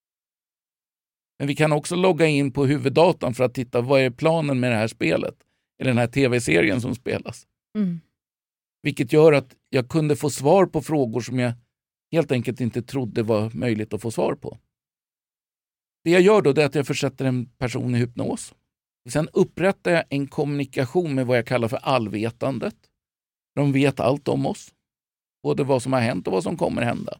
Speaker 3: Men vi kan också logga in på huvuddatorn för att titta vad är planen med det här spelet. Eller den här tv-serien som spelas.
Speaker 2: Mm.
Speaker 3: Vilket gör att jag kunde få svar på frågor som jag helt enkelt inte trodde var möjligt att få svar på. Det jag gör då är att jag försätter en person i hypnos. Sen upprättar jag en kommunikation med vad jag kallar för allvetandet. De vet allt om oss. Både vad som har hänt och vad som kommer hända.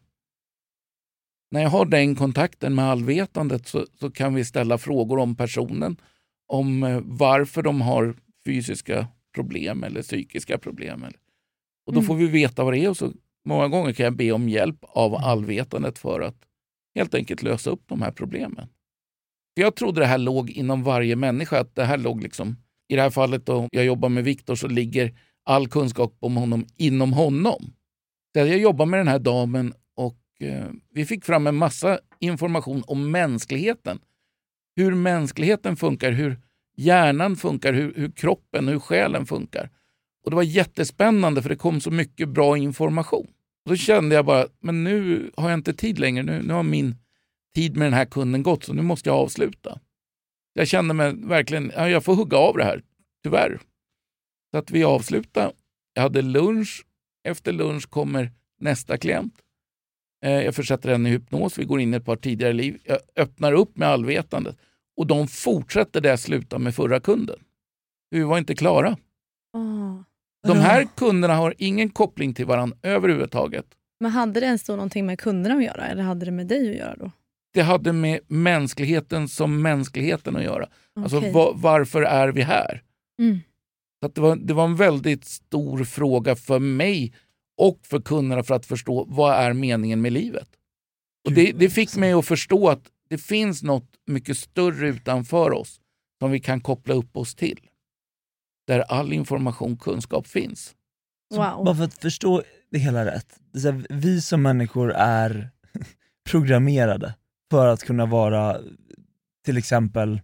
Speaker 3: När jag har den kontakten med allvetandet så, så kan vi ställa frågor om personen. Om eh, varför de har fysiska problem eller psykiska problem. Och då
Speaker 2: Mm.
Speaker 3: får vi veta vad det är och så många gånger kan jag be om hjälp av allvetandet för att helt enkelt lösa upp de här problemen. För jag trodde det här låg inom varje människa, att det här låg liksom, i det här fallet då jag jobbar med Viktor så ligger all kunskap om honom inom honom. Så jag jobbar med den här damen och eh, vi fick fram en massa information om mänskligheten. Hur mänskligheten funkar, hur hjärnan funkar, hur, hur kroppen, hur själen funkar. Och det var jättespännande för det kom så mycket bra information. Och då kände jag bara, men nu har jag inte tid längre. Nu, nu har min tid med den här kunden gått så nu måste jag avsluta. Jag kände mig verkligen, ja, jag får hugga av det här, tyvärr. Så att vi avslutar. Jag hade lunch. Efter lunch kommer nästa klient. Eh, jag försätter henne i hypnos. Vi går in i ett par tidigare liv. Jag öppnar upp med allvetandet. Och de fortsätter där jag slutade med förra kunden. Vi var inte klara.
Speaker 2: Oh.
Speaker 3: De här kunderna har ingen koppling till varandra överhuvudtaget.
Speaker 2: Men hade det ens då någonting med kunderna att göra eller hade det med dig att göra då?
Speaker 3: Det hade med mänskligheten som mänskligheten att göra.
Speaker 2: Okay.
Speaker 3: Alltså var, varför är vi här?
Speaker 2: Mm.
Speaker 3: Så att det, var, det var en väldigt stor fråga för mig och för kunderna för att förstå vad är meningen med livet. Och det, det fick mig att förstå att det finns något mycket större utanför oss som vi kan koppla upp oss till. Där all information, kunskap finns.
Speaker 2: Wow.
Speaker 1: Bara för att förstå det hela rätt. Det är så här, vi som människor är programmerade för att kunna vara till exempel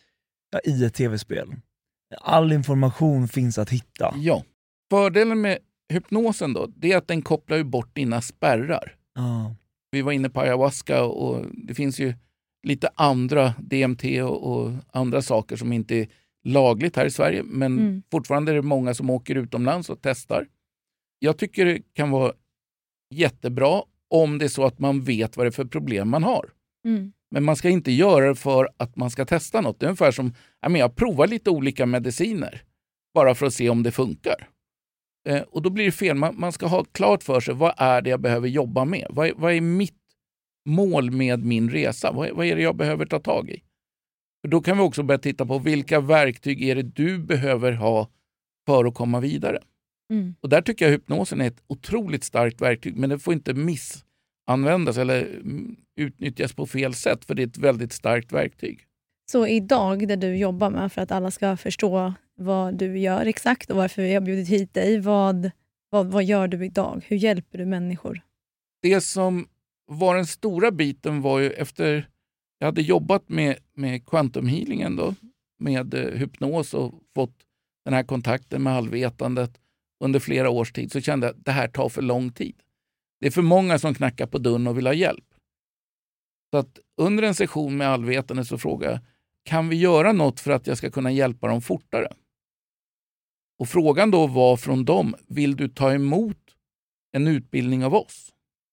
Speaker 1: ja, i ett tv-spel. All information finns att hitta.
Speaker 3: Ja. Fördelen med hypnosen då, det är att den kopplar ju bort dina spärrar.
Speaker 1: Ah.
Speaker 3: Vi var inne på ayahuasca och det finns ju lite andra D M T och, och andra saker som inte är lagligt här i Sverige. Men
Speaker 2: Mm.
Speaker 3: fortfarande är det många som åker utomlands och testar. Jag tycker det kan vara jättebra om det är så att man vet vad det är för problem man har.
Speaker 2: Mm.
Speaker 3: Men man ska inte göra det för att man ska testa något. Det är ungefär som, jag, menar, jag provar lite olika mediciner bara för att se om det funkar. Eh, och då blir det fel. Man, man ska ha klart för sig, vad är det jag behöver jobba med? Vad är, vad är mitt mål med min resa? Vad, vad är det jag behöver ta tag i? För då kan vi också börja titta på vilka verktyg är det du behöver ha för att komma vidare.
Speaker 2: Mm.
Speaker 3: Och där tycker jag hypnosen är ett otroligt starkt verktyg, men det får inte missanvändas eller utnyttjas på fel sätt, för det är ett väldigt starkt verktyg.
Speaker 2: Så idag, där du jobbar med för att alla ska förstå vad du gör exakt och varför vi har bjudit hit dig, vad, vad, vad gör du idag? Hur hjälper du människor?
Speaker 3: Det som var den stora biten var ju efter jag hade jobbat med, med quantum healingen då, med eh, hypnos och fått den här kontakten med allvetandet under flera års tid, så kände jag att det här tar för lång tid. Det är för många som knackar på dörren och vill ha hjälp. Så att under en session med allvetande så frågade jag, kan vi göra något för att jag ska kunna hjälpa dem fortare? Och frågan då var från dem, vill du ta emot en utbildning av oss?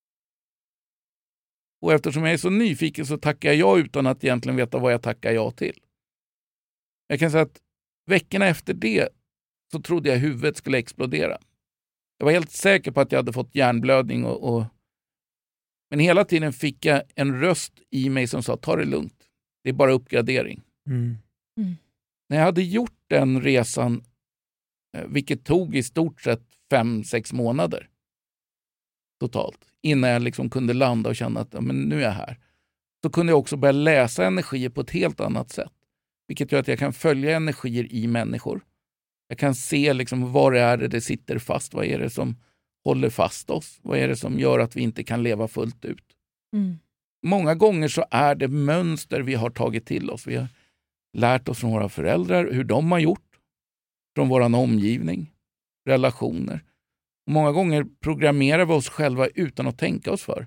Speaker 3: Och eftersom jag är så nyfiken så tackar jag utan att egentligen veta vad jag tackar ja till. Jag kan säga att veckorna efter det så trodde jag huvudet skulle explodera. Jag var helt säker på att jag hade fått hjärnblödning. Och, och... Men hela tiden fick jag en röst i mig som sa, ta det lugnt. Det är bara uppgradering.
Speaker 1: Mm.
Speaker 2: Mm.
Speaker 3: När jag hade gjort den resan, vilket tog i stort sett fem, sex månader totalt, innan jag liksom kunde landa och känna att ja, men nu är jag här. Så kunde jag också börja läsa energier på ett helt annat sätt. Vilket gör att jag kan följa energier i människor. Jag kan se liksom var är det det sitter fast. Vad är det som håller fast oss? Vad är det som gör att vi inte kan leva fullt ut?
Speaker 2: Mm.
Speaker 3: Många gånger så är det mönster vi har tagit till oss. Vi har lärt oss från våra föräldrar hur de har gjort. Från vår omgivning. Relationer. Och många gånger programmerar vi oss själva utan att tänka oss för.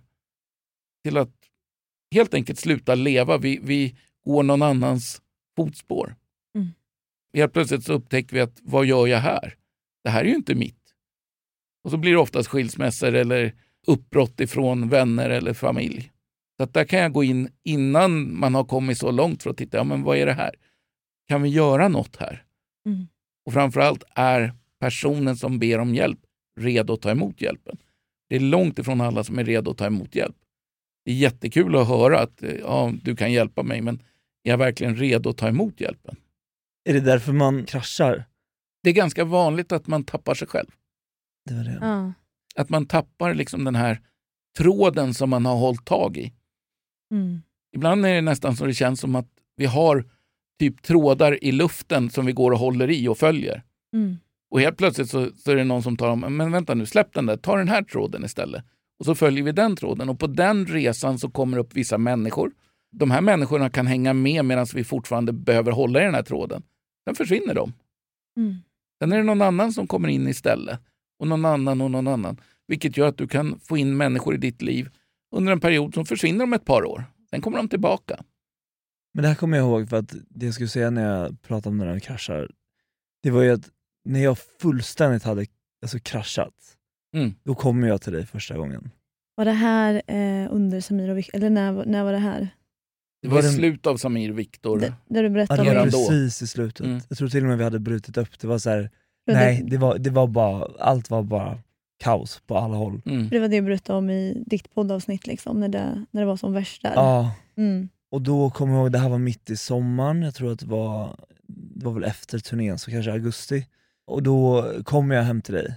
Speaker 3: Till att helt enkelt sluta leva. Vi, vi går någon annans fotspår.
Speaker 2: Mm.
Speaker 3: Helt plötsligt så upptäcker vi att vad gör jag här? Det här är ju inte mitt. Och så blir det oftast skilsmässor eller uppbrott ifrån vänner eller familj. Så att där kan jag gå in innan man har kommit så långt för att titta, ja men vad är det här? Kan vi göra något här?
Speaker 2: Mm.
Speaker 3: Och framförallt är personen som ber om hjälp redo att ta emot hjälpen. Det är långt ifrån alla som är redo att ta emot hjälp. Det är jättekul att höra att ja, du kan hjälpa mig, men är jag verkligen redo att ta emot hjälpen?
Speaker 1: Är det därför man kraschar?
Speaker 3: Det är ganska vanligt att man tappar sig själv.
Speaker 1: Det var det.
Speaker 2: Ja.
Speaker 3: Att man tappar liksom den här tråden som man har hållit tag i.
Speaker 2: Mm.
Speaker 3: Ibland är det nästan så det känns som att vi har typ trådar i luften som vi går och håller i och följer.
Speaker 2: Mm.
Speaker 3: Och helt plötsligt så, så är det någon som tar om, men vänta nu, släpp den där, ta den här tråden istället. Och så följer vi den tråden. Och på den resan så kommer upp vissa människor. De här människorna kan hänga med medan vi fortfarande behöver hålla i den här tråden. Sen försvinner de.
Speaker 2: Mm.
Speaker 3: Sen är det någon annan som kommer in istället. Och någon annan och någon annan. Vilket gör att du kan få in människor i ditt liv under en period som försvinner om ett par år. Sen kommer de tillbaka.
Speaker 1: Men det här kommer jag ihåg för att det jag skulle säga när jag pratade om den här kraschar, det var ju att när jag fullständigt hade alltså, kraschat,
Speaker 3: Mm.
Speaker 1: då kom jag till dig första gången.
Speaker 2: Var det här eh, under Samir och Viktor? Eller när, när var det här?
Speaker 3: Det var,
Speaker 1: Var
Speaker 3: i
Speaker 1: den-
Speaker 3: slutet av Samir Viktor.
Speaker 2: D- där du
Speaker 1: Ja,
Speaker 2: berättade
Speaker 1: det
Speaker 2: om
Speaker 1: var
Speaker 3: Redan då.
Speaker 1: precis i slutet.
Speaker 3: Mm.
Speaker 1: Jag tror till och med vi hade brutit upp. Det var så här,
Speaker 2: det,
Speaker 1: nej, det var, det var bara, allt var bara kaos på alla håll.
Speaker 3: Mm.
Speaker 2: det var det du berättade om i ditt poddavsnitt, liksom, när, det, när det var som värst där.
Speaker 1: Ja,
Speaker 2: Mm.
Speaker 1: och då kommer jag ihåg, det här var mitt i sommaren, jag tror att det var, det var väl efter turnén, så kanske augusti. Och då kom jag hem till dig.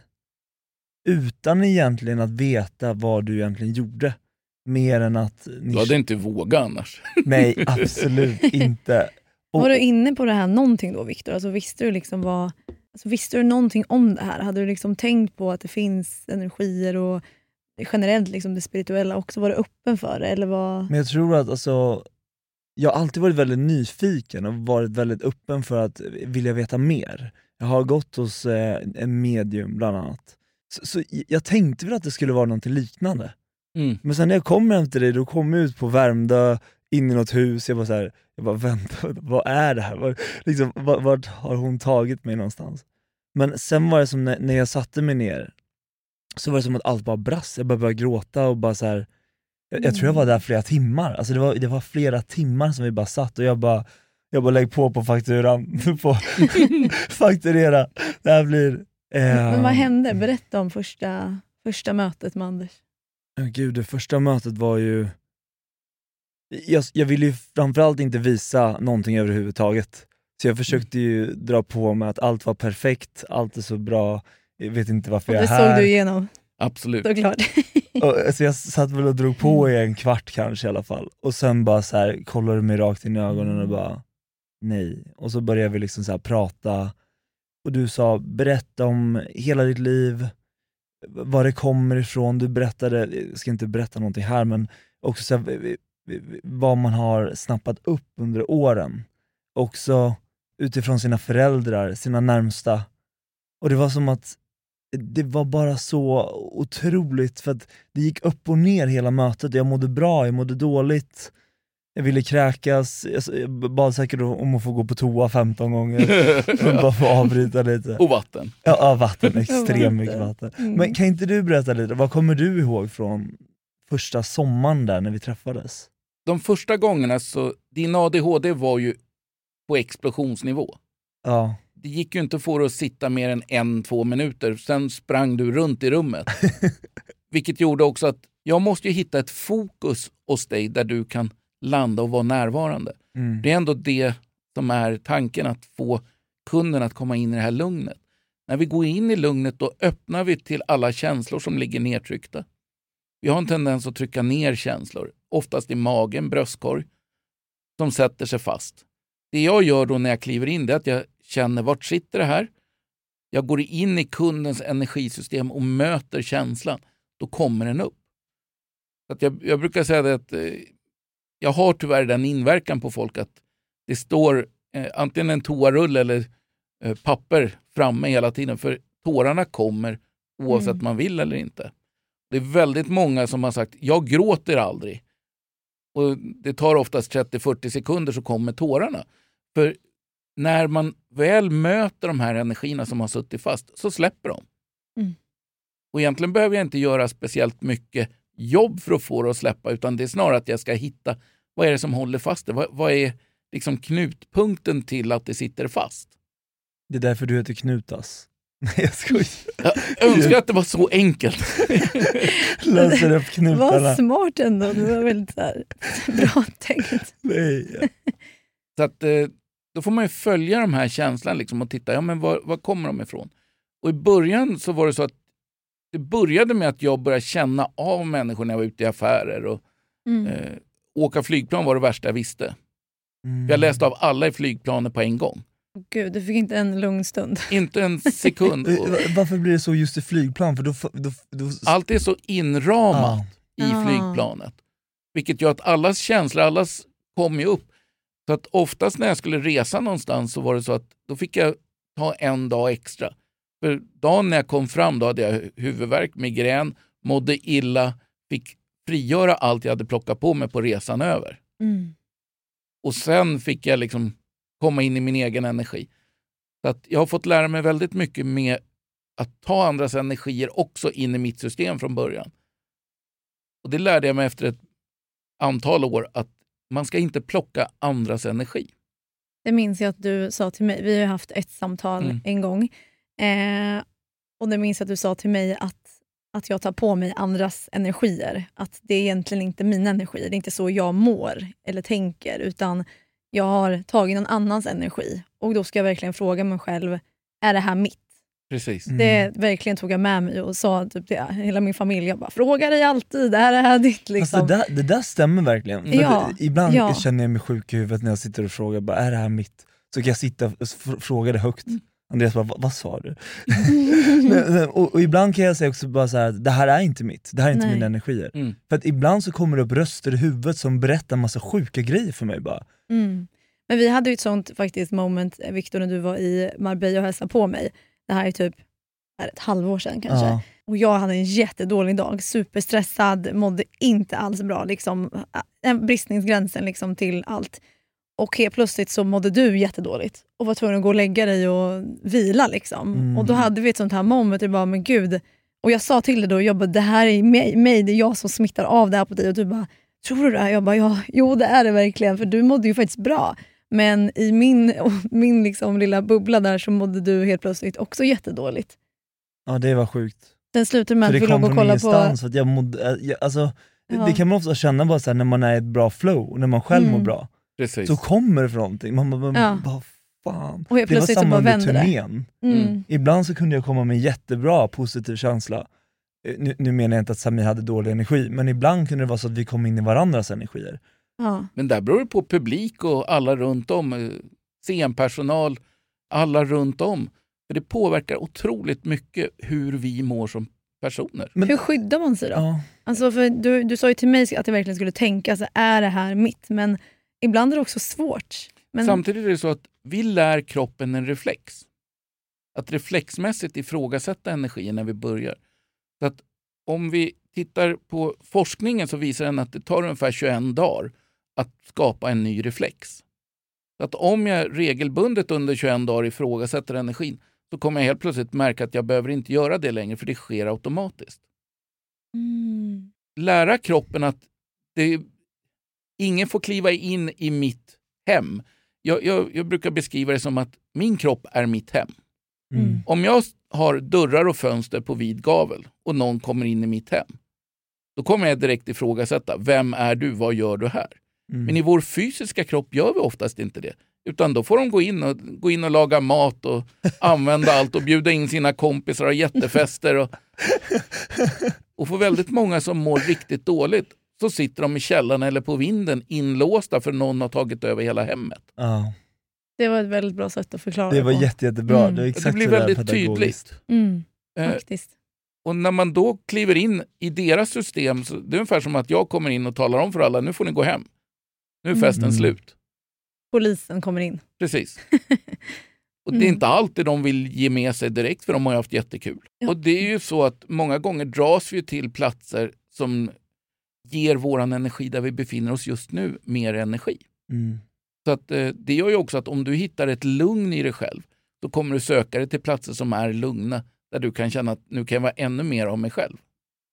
Speaker 1: Utan egentligen att veta vad du egentligen gjorde. Mer än att... Ni...
Speaker 3: Du hade inte vågat annars.
Speaker 1: Nej, absolut inte. Och,
Speaker 2: Var du inne på det här någonting då, Viktor? Alltså, visste du liksom vad, alltså, visste du någonting om det här? Hade du liksom tänkt på att det finns energier och generellt liksom det spirituella också? Var du öppen för det? Eller vad?
Speaker 1: Men jag tror att alltså, jag har alltid varit väldigt nyfiken och varit väldigt öppen för att vilja veta mer. Jag har gått hos eh, en medium bland annat. Så, så jag tänkte väl att det skulle vara något liknande.
Speaker 3: Mm.
Speaker 1: Men sen när jag kom hem till dig, då kom jag ut på Värmdö, in i något hus, jag bara så här, jag bara vänta, vad är det här? Var, liksom, vart, vart har hon tagit mig någonstans? Men sen var det som när, när jag satte mig ner, så var det som att allt bara brast. Jag bara började gråta och bara så här. Jag, jag tror jag var där flera timmar. Alltså det var, det var flera timmar som vi bara satt och jag bara, jag bara lägg på på fakturan. på fakturera. Det här blir... Eh,
Speaker 2: Men vad hände? Berätta om första, första mötet med Anders.
Speaker 1: Ja, gud, det första mötet var ju... Jag, jag ville ju framförallt inte visa någonting överhuvudtaget. Så jag försökte ju dra på med att allt var perfekt, allt är så bra, jag vet inte varför
Speaker 2: Och
Speaker 1: jag
Speaker 2: det
Speaker 1: är här.
Speaker 2: såg du igenom,
Speaker 3: Absolut.
Speaker 2: såklart.
Speaker 1: Och, alltså jag satt väl och drog på i en kvart kanske i alla fall. Och sen bara så här kollade du mig rakt in i ögonen och bara nej. Och så började vi liksom så här prata. Och du sa, berätta om hela ditt liv, var det kommer ifrån. Du berättade, jag ska inte berätta någonting här, men också så här, vad man har snappat upp under åren. Också utifrån sina föräldrar, sina närmsta. Och det var som att det var bara så otroligt, för att det gick upp och ner hela mötet. Jag mådde bra, jag mådde dåligt, jag ville kräkas, jag bad säkert om att få gå på toa femton gånger och bara få avbryta lite.
Speaker 3: Och vatten.
Speaker 1: Ja, ja vatten, extremt
Speaker 2: vatten.
Speaker 1: mycket vatten.
Speaker 2: Mm.
Speaker 1: Men kan inte du berätta lite, vad kommer du ihåg från första sommaren där när vi träffades?
Speaker 3: De första gångerna så, din A D H D var ju på explosionsnivå.
Speaker 1: Ja.
Speaker 3: Det gick ju inte att få dig att sitta mer än en, två minuter. Sen sprang du runt i rummet. Vilket gjorde också att jag måste ju hitta ett fokus hos dig där du kan landa och vara närvarande.
Speaker 1: Mm.
Speaker 3: Det är ändå det som är tanken, att få kunden att komma in i det här lugnet. När vi går in i lugnet, då öppnar vi till alla känslor som ligger nedtryckta. Vi har en tendens att trycka ner känslor, oftast i magen, bröstkorg, som sätter sig fast. Det jag gör då när jag kliver in, det är att jag känner vart sitter det här. jag går in i kundens energisystem och möter känslan, då kommer den upp. Så att jag, jag brukar säga det att eh, jag har tyvärr den inverkan på folk att det står eh, antingen en toarulle eller eh, papper framme hela tiden, för tårarna kommer oavsett
Speaker 2: Mm.
Speaker 3: man vill eller inte. Det är väldigt många som har sagt, jag gråter aldrig. Och det tar oftast trettio till fyrtio sekunder så kommer tårarna. För när man väl möter de här energierna som har suttit fast så släpper de.
Speaker 2: Mm.
Speaker 3: Och egentligen behöver jag inte göra speciellt mycket jobb för att få det att släppa, utan det är snarare att jag ska hitta vad är det som håller fast det. Vad, vad är liksom knutpunkten till att det sitter fast?
Speaker 1: Det är därför du heter Knutas. Nej, jag skojar.
Speaker 3: Jag önskar att det var så enkelt.
Speaker 1: Löser upp knutarna.
Speaker 2: Vad smart ändå, det var väldigt så här, bra tänkt.
Speaker 1: Nej.
Speaker 3: Så att, eh, då får man ju följa de här känslorna liksom och titta, ja men var, var kommer de ifrån? Och i början så var det så att det började med att jag började känna av människor när jag var ute i affärer. Och,
Speaker 2: Mm.
Speaker 3: eh, åka flygplan var det värsta jag visste.
Speaker 1: Mm.
Speaker 3: Jag läste av alla i flygplanet på en gång.
Speaker 2: Gud, du fick inte en lugn stund.
Speaker 3: Inte en sekund. Och
Speaker 1: Varför blir det så just i flygplan? För då, då, då...
Speaker 3: allt är så inramat
Speaker 1: Ja.
Speaker 3: i
Speaker 2: Ah.
Speaker 3: flygplanet. Vilket gör att allas känslor, allas kom ju upp. Så att oftast när jag skulle resa någonstans så var det så att då fick jag ta en dag extra. För dagen när jag kom fram då hade jag huvudvärk, migrän, mådde illa, fick frigöra allt jag hade plockat på mig på resan över.
Speaker 2: Mm.
Speaker 3: Och sen fick jag liksom komma in i min egen energi. Så att jag har fått lära mig väldigt mycket med att ta andras energier också in i mitt system från början. Och det lärde jag mig efter ett antal år, att man ska inte plocka andras energi.
Speaker 2: Det minns jag att du sa till mig. Vi har ju haft ett samtal
Speaker 3: Mm.
Speaker 2: en gång. Eh, och det minns jag att du sa till mig att, att jag tar på mig andras energier. Att det är egentligen inte min energi. Det är inte så jag mår eller tänker. Utan jag har tagit någon annans energi. Och då ska jag verkligen fråga mig själv, är det här mitt?
Speaker 3: Precis.
Speaker 1: Mm.
Speaker 2: Det verkligen tog jag med mig och sa typ det, hela min familj, jag bara, fråga dig alltid, det här är ditt liksom.
Speaker 1: Alltså, det, där, det där stämmer verkligen. För
Speaker 2: Ja,
Speaker 1: det, ibland
Speaker 2: ja.
Speaker 1: känner jag mig sjuk i huvudet när jag sitter och frågar, bara, är det här mitt? Så kan jag sitta och f- fråga det högt.
Speaker 2: Mm.
Speaker 1: Andreas bara, vad, vad sa du? men, men, och, och ibland kan jag säga också bara så här, det här är inte mitt, det här är inte
Speaker 2: Nej.
Speaker 1: mina energier.
Speaker 3: Mm.
Speaker 1: För att ibland så kommer det upp röster i huvudet som berättar en massa sjuka grejer för mig bara.
Speaker 2: Mm. Men vi hade ju ett sånt faktiskt moment, Victor, när du var i Marbella och hälsade på mig. Det här är typ är ett halvår sedan kanske.
Speaker 1: Ja.
Speaker 2: Och jag hade en jättedålig dag, superstressad, mådde inte alls bra. Liksom, en bristningsgränsen liksom till allt. Och helt plötsligt så mådde du jättedåligt och var tvungen att gå och lägga dig och vila. Liksom.
Speaker 1: Mm.
Speaker 2: Och då hade vi ett sånt här moment, och bara, men gud. Och jag sa till dig då, och jag bara, det här är mig, mig, det är jag som smittar av det här på dig. Och du bara, tror du det? Jag bara, ja, jo det är det verkligen, för du mådde ju faktiskt bra. Men i min, min liksom lilla bubbla där så mådde du helt plötsligt också jättedåligt.
Speaker 1: Ja, det var sjukt.
Speaker 2: Sen slutade med
Speaker 1: För
Speaker 2: att
Speaker 1: det
Speaker 2: vi låg
Speaker 1: kom
Speaker 2: och
Speaker 1: från
Speaker 2: kollade på...
Speaker 1: ingenstans, för att jag mådde, jag, alltså,
Speaker 2: Ja.
Speaker 1: det kan man ofta känna bara så här, när man är i ett bra flow, när man själv
Speaker 2: Mm.
Speaker 1: mår bra.
Speaker 3: Precis.
Speaker 1: Så kommer det från någonting, man bara,
Speaker 2: Ja.
Speaker 1: vad fan.
Speaker 2: Och helt
Speaker 1: Det var
Speaker 2: plötsligt så
Speaker 1: samma
Speaker 2: bara
Speaker 1: under
Speaker 2: vänder det.
Speaker 1: turnén.
Speaker 2: Mm.
Speaker 3: Mm.
Speaker 1: Ibland så kunde jag komma med en jättebra positiv känsla. Eh, Nu, nu menar jag inte att Sami hade dålig energi, men ibland kunde det vara så att vi kom in i varandras energier.
Speaker 2: Ja.
Speaker 3: Men där beror det på publik och alla runt om, eh, scenpersonal, alla runt om. För det påverkar otroligt mycket hur vi mår som personer.
Speaker 1: Men,
Speaker 2: Hur skyddar man sig då?
Speaker 1: ja,
Speaker 2: Alltså för du, du sa ju till mig att jag verkligen skulle tänka, så är det här mitt? Men ibland är det också svårt. Men,
Speaker 3: Samtidigt är det så att vi lär kroppen en reflex. Att reflexmässigt ifrågasätta energin när vi börjar. Så att om vi tittar på forskningen så visar den att det tar ungefär tjugoett dagar att skapa en ny reflex. Så att om jag regelbundet under tjugoett dagar ifrågasätter energin så kommer jag helt plötsligt märka att jag behöver inte göra det längre, för det sker automatiskt.
Speaker 2: mm.
Speaker 3: Lära kroppen att det, ingen får kliva in i mitt hem. Jag, jag, jag brukar beskriva det som att min kropp är mitt hem.
Speaker 1: mm.
Speaker 2: Mm.
Speaker 3: Om jag har dörrar och fönster på vid gavel och någon kommer in i mitt hem, då kommer jag direkt ifrågasätta, vem är du, vad gör du här?
Speaker 1: Mm.
Speaker 3: Men i vår fysiska kropp gör vi oftast inte det. Utan då får de gå in och, gå in och laga mat och använda allt och bjuda in sina kompisar och jättefester. Och, och för väldigt många som mår riktigt dåligt så sitter de i källaren eller på vinden inlåsta för någon har tagit över hela hemmet.
Speaker 1: Ja.
Speaker 2: Det var ett väldigt bra sätt att förklara
Speaker 1: Det var
Speaker 2: på.
Speaker 1: jätte, jättebra.
Speaker 2: Mm.
Speaker 1: Det, är exakt
Speaker 3: Det blir
Speaker 1: så där
Speaker 3: väldigt
Speaker 1: pedagogiskt.
Speaker 3: tydligt.
Speaker 2: Mm,
Speaker 3: Eh,
Speaker 2: faktiskt.
Speaker 3: och när man då kliver in i deras system, så det är ungefär som att jag kommer in och talar om för alla, nu får ni gå hem. Nu är festen
Speaker 1: Mm.
Speaker 3: slut.
Speaker 2: Polisen kommer in.
Speaker 3: Precis. Och det är
Speaker 2: Mm.
Speaker 3: inte alltid de vill ge med sig direkt, för de har ju haft jättekul.
Speaker 2: Ja.
Speaker 3: Och det är ju så att många gånger dras vi till platser som ger våran energi där vi befinner oss just nu mer energi.
Speaker 1: Mm.
Speaker 3: Så att, eh, det gör ju också att om du hittar ett lugn i dig själv, så kommer du söka dig till platser som är lugna, där du kan känna att nu kan jag vara ännu mer av mig själv.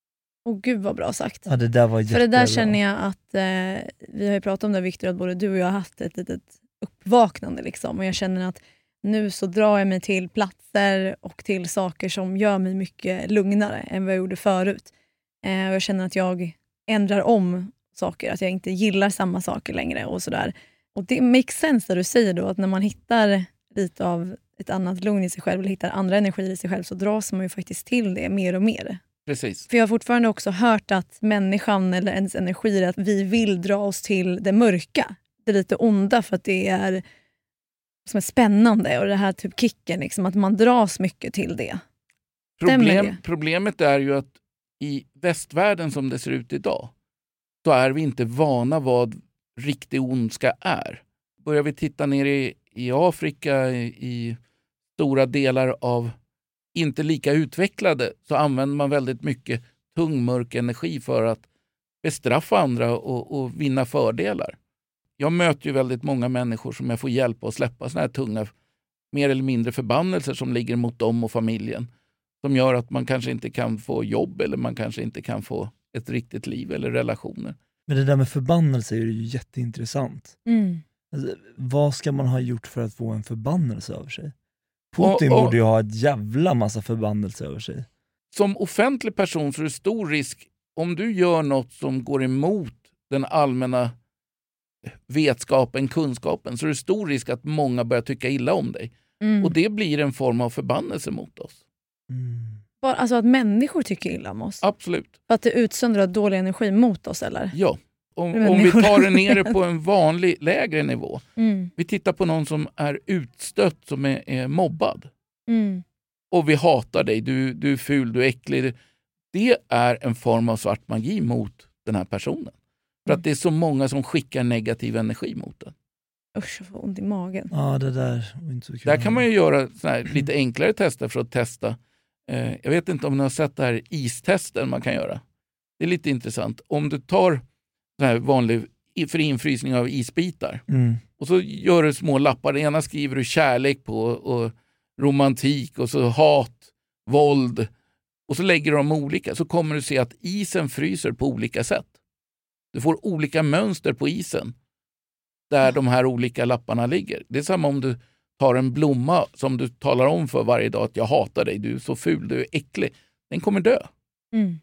Speaker 2: Åh gud vad bra sagt.
Speaker 1: Ja, det där var
Speaker 2: För det där
Speaker 1: jättebra.
Speaker 2: känner jag att, eh, vi har ju pratat om det Victor, att både du och jag har haft ett litet uppvaknande liksom. Och jag känner att nu så drar jag mig till platser och till saker som gör mig mycket lugnare än vad jag gjorde förut. Eh, och jag känner att jag ändrar om saker, att jag inte gillar samma saker längre och sådär. Och det makes sense där du säger då, att när man hittar lite av ett annat lugn i sig själv eller hittar andra energier i sig själv, så dras man ju faktiskt till det mer och mer.
Speaker 3: Precis.
Speaker 2: För jag har fortfarande också hört att människan eller ens energier, att vi vill dra oss till det mörka, det lite onda, för att det är som är spännande och det här typ kicken, liksom, att man dras mycket till det. Stämmer
Speaker 3: Problem,
Speaker 2: det?
Speaker 3: problemet är ju att i västvärlden som det ser ut idag, så är vi inte vana vad riktig ondska är. Börjar vi titta ner i, i Afrika, i, i stora delar av inte lika utvecklade, så använder man väldigt mycket tung mörk energi för att bestraffa andra och, och vinna fördelar. Jag möter ju väldigt många människor som jag får hjälpa att släppa såna här tunga, mer eller mindre förbannelser som ligger mot dem och familjen. Som gör att man kanske inte kan få jobb, eller man kanske inte kan få ett riktigt liv eller relationer.
Speaker 1: Men det där med förbannelse är ju jätteintressant.
Speaker 2: Mm.
Speaker 1: Alltså, vad ska man ha gjort för att få en förbannelse över sig? Putin
Speaker 3: Och- och-
Speaker 1: borde ju ha ett jävla massa förbannelse över sig.
Speaker 3: Som offentlig person så är det stor risk, om du gör något som går emot den allmänna vetskapen, kunskapen, så är det stor risk att många börjar tycka illa om dig.
Speaker 2: Mm.
Speaker 3: Och det blir en form av förbannelse mot oss.
Speaker 1: Mm.
Speaker 2: Bara, alltså att människor tycker illa om oss.
Speaker 3: Absolut.
Speaker 2: För att det utsöndrar dålig energi mot oss, eller?
Speaker 3: Ja. Om,
Speaker 2: Men
Speaker 3: om vi
Speaker 2: människor-
Speaker 3: tar det nere på en vanlig lägre nivå.
Speaker 2: Mm.
Speaker 3: Vi tittar på någon som är utstött, som är, är mobbad.
Speaker 2: Mm.
Speaker 3: Och vi hatar dig, du, du är ful, du är äcklig. Det är en form av svart magi mot den här personen. För att det är så många som skickar negativ energi mot den.
Speaker 2: Usch, jag får ont i magen.
Speaker 1: Ja, det där var inte så kul.
Speaker 3: Där kan man ju göra såna här lite enklare tester för att testa. Eh, jag vet inte om ni har sett det här istesten man kan göra. Det är lite intressant. Om du tar så här vanlig för infrysning av isbitar
Speaker 1: Mm.
Speaker 3: och så gör du små lappar. Det ena skriver du kärlek på och romantik och så hat, våld. Och så lägger du dem olika, så kommer du se att isen fryser på olika sätt. Du får olika mönster på isen där de här olika lapparna ligger. Det är samma om du tar en blomma som du talar om för varje dag att jag hatar dig, du är så ful, du är äcklig. Den kommer dö.
Speaker 2: Mm.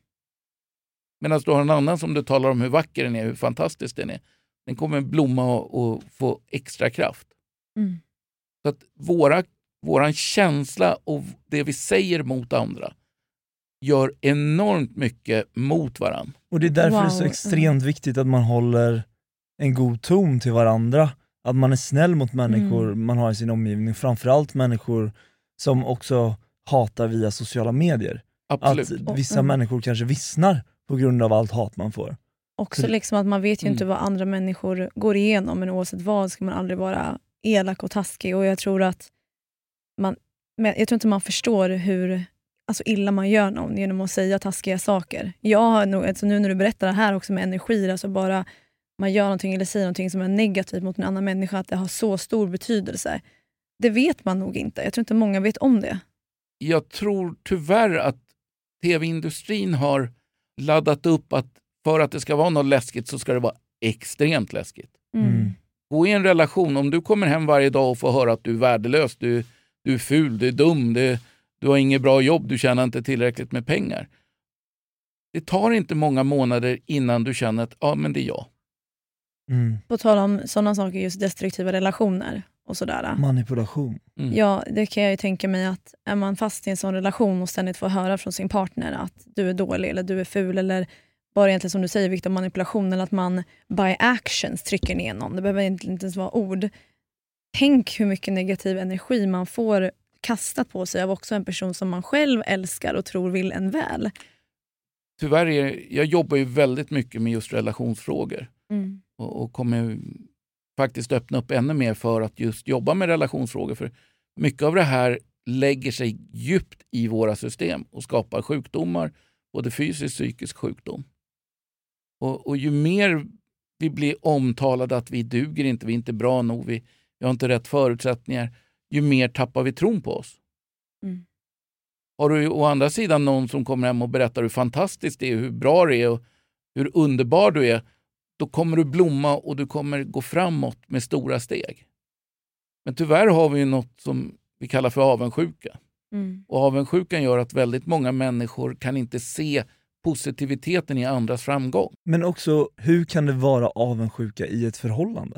Speaker 3: Medan du har en annan som du talar om hur vacker den är, hur fantastisk den är. Den kommer blomma och, och få extra kraft.
Speaker 2: Mm.
Speaker 3: Så att våra, våran känsla och det vi säger mot andra gör enormt mycket mot varann.
Speaker 1: Och det är därför
Speaker 2: Wow.
Speaker 1: det är så extremt viktigt att man håller en god ton till varandra. Att man är snäll mot människor
Speaker 2: Mm.
Speaker 1: man har i sin omgivning. Framförallt människor som också hatar via sociala medier.
Speaker 3: Absolut.
Speaker 1: Att vissa
Speaker 2: Mm.
Speaker 1: människor kanske vissnar på grund av allt hat man får.
Speaker 2: Också liksom att man vet ju
Speaker 3: Mm.
Speaker 2: inte vad andra människor går igenom, men oavsett vad ska man aldrig vara elak och taskig. Och jag tror att man, men jag tror inte man förstår hur alltså illa man gör någon genom att säga taskiga saker. Jag har nog, alltså nu när du berättar det här också med energier, alltså bara man gör någonting eller säger någonting som är negativt mot en annan människa, att det har så stor betydelse. Det vet man nog inte. Jag tror inte många vet om det.
Speaker 3: Jag tror tyvärr att tv-industrin har laddat upp att för att det ska vara något läskigt så ska det vara extremt läskigt.
Speaker 2: Mm.
Speaker 1: Mm.
Speaker 3: Gå i en relation, om du kommer hem varje dag och får höra att du är värdelös, du, du är ful, du är dum, du, du har inget bra jobb, du tjänar inte tillräckligt med pengar. Det tar inte många månader innan du känner att ja, men det är jag.
Speaker 1: Mm.
Speaker 2: På tal om sådana saker, just destruktiva relationer och sådär.
Speaker 1: Manipulation.
Speaker 3: Mm.
Speaker 2: Ja, det kan jag ju tänka mig att är man fast i en sån relation och ständigt får höra från sin partner att du är dålig eller du är ful, eller bara egentligen som du säger, Victor, manipulation, eller att man by actions trycker ner någon. Det behöver inte ens vara ord. tänk hur mycket negativ energi man får kastat på sig av också en person som man själv älskar och tror vill en väl.
Speaker 3: Tyvärr är, jag jobbar ju väldigt mycket med just relationsfrågor.
Speaker 2: Mm.
Speaker 3: Och, och kommer faktiskt öppna upp ännu mer för att just jobba med relationsfrågor. För mycket av det här lägger sig djupt i våra system och skapar sjukdomar, både fysisk och psykisk sjukdom. Och, och ju mer vi blir omtalade att vi duger inte, vi är inte bra nog, vi, vi har inte rätt förutsättningar, ju mer tappar vi tron på oss.
Speaker 2: Mm.
Speaker 3: Har du å andra sidan någon som kommer hem och berättar hur fantastiskt det är, hur bra det är och hur underbar du är, då kommer du blomma och du kommer gå framåt med stora steg. Men tyvärr har vi ju något som vi kallar för avundsjuka.
Speaker 2: Mm.
Speaker 3: Och avundsjukan gör att väldigt många människor kan inte se positiviteten i andras framgång.
Speaker 1: Men också, hur kan det vara avundsjuka i ett förhållande?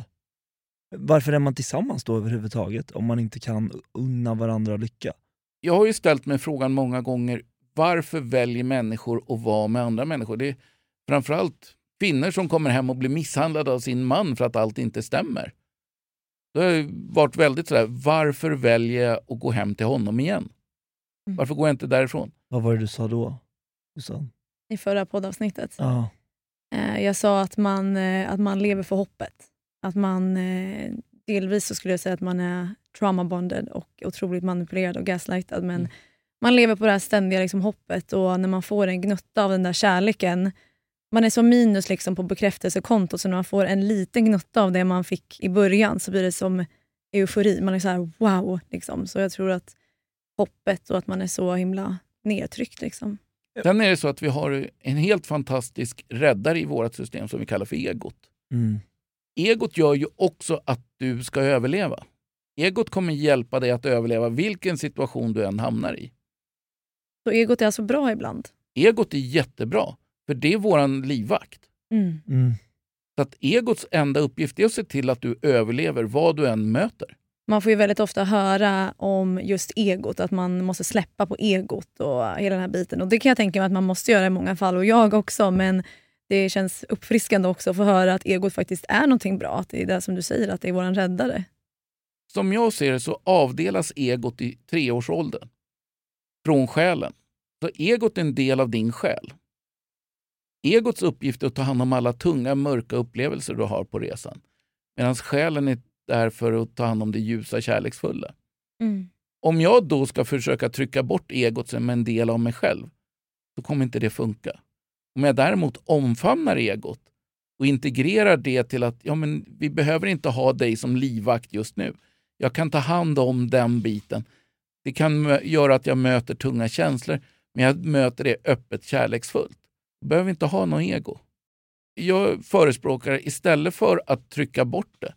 Speaker 1: Varför är man tillsammans då överhuvudtaget om man inte kan unna varandra lycka?
Speaker 3: Jag har ju ställt mig frågan många gånger, varför väljer människor att vara med andra människor? Det är framförallt kvinnor som kommer hem och blir misshandlade av sin man för att allt inte stämmer. Det har varit väldigt sådär, varför väljer jag att gå hem till honom igen?
Speaker 2: Mm.
Speaker 3: Varför går jag inte därifrån?
Speaker 1: Vad var det du sa då? Du sa?
Speaker 2: I förra poddavsnittet.
Speaker 1: Ja.
Speaker 2: Eh, jag sa att man, eh, att man lever för hoppet. Att man, eh, delvis så skulle jag säga att man är trauma-bonded och otroligt manipulerad och gaslightad. Men
Speaker 3: Mm.
Speaker 2: man lever på det här ständiga liksom, hoppet, och när man får en gnutta av den där kärleken, man är så minus liksom, på bekräftelsekontot, så när man får en liten gnutta av det man fick i början så blir det som eufori. Man är så här wow. Liksom. Så jag tror att hoppet och att man är så himla nedtryckt. Liksom.
Speaker 3: Sen är det så att vi har en helt fantastisk räddare i vårt system som vi kallar för egot.
Speaker 1: Mm.
Speaker 3: Egot gör ju också att du ska överleva. Egot kommer hjälpa dig att överleva vilken situation du än hamnar i.
Speaker 2: Så egot är alltså bra ibland?
Speaker 3: Egot är jättebra, för det är våran livvakt.
Speaker 2: Mm.
Speaker 1: Mm.
Speaker 3: Så att egots enda uppgift är att se till att du överlever vad du än möter.
Speaker 2: Man får ju väldigt ofta höra om just egot, att man måste släppa på egot och hela den här biten. Och det kan jag tänka mig att man måste göra i många fall, och jag också, men det känns uppfriskande också att få höra att egot faktiskt är någonting bra. Att det är det som du säger, att det är våran räddare.
Speaker 3: Som jag ser det så avdelas egot i treårsåldern från själen. Så egot är en del av din själ. Egots uppgift är att ta hand om alla tunga, mörka upplevelser du har på resan. Medan själen är där för att ta hand om det ljusa, kärleksfulla.
Speaker 2: Mm.
Speaker 3: Om jag då ska försöka trycka bort egot som en del av mig själv, så kommer inte det funka. Om jag däremot omfamnar egot och integrerar det till att ja, men vi behöver inte ha dig som livvakt just nu. Jag kan ta hand om den biten. Det kan göra att jag möter tunga känslor, men jag möter det öppet, kärleksfullt. Jag behöver inte ha någon ego. Jag förespråkar istället för att trycka bort det,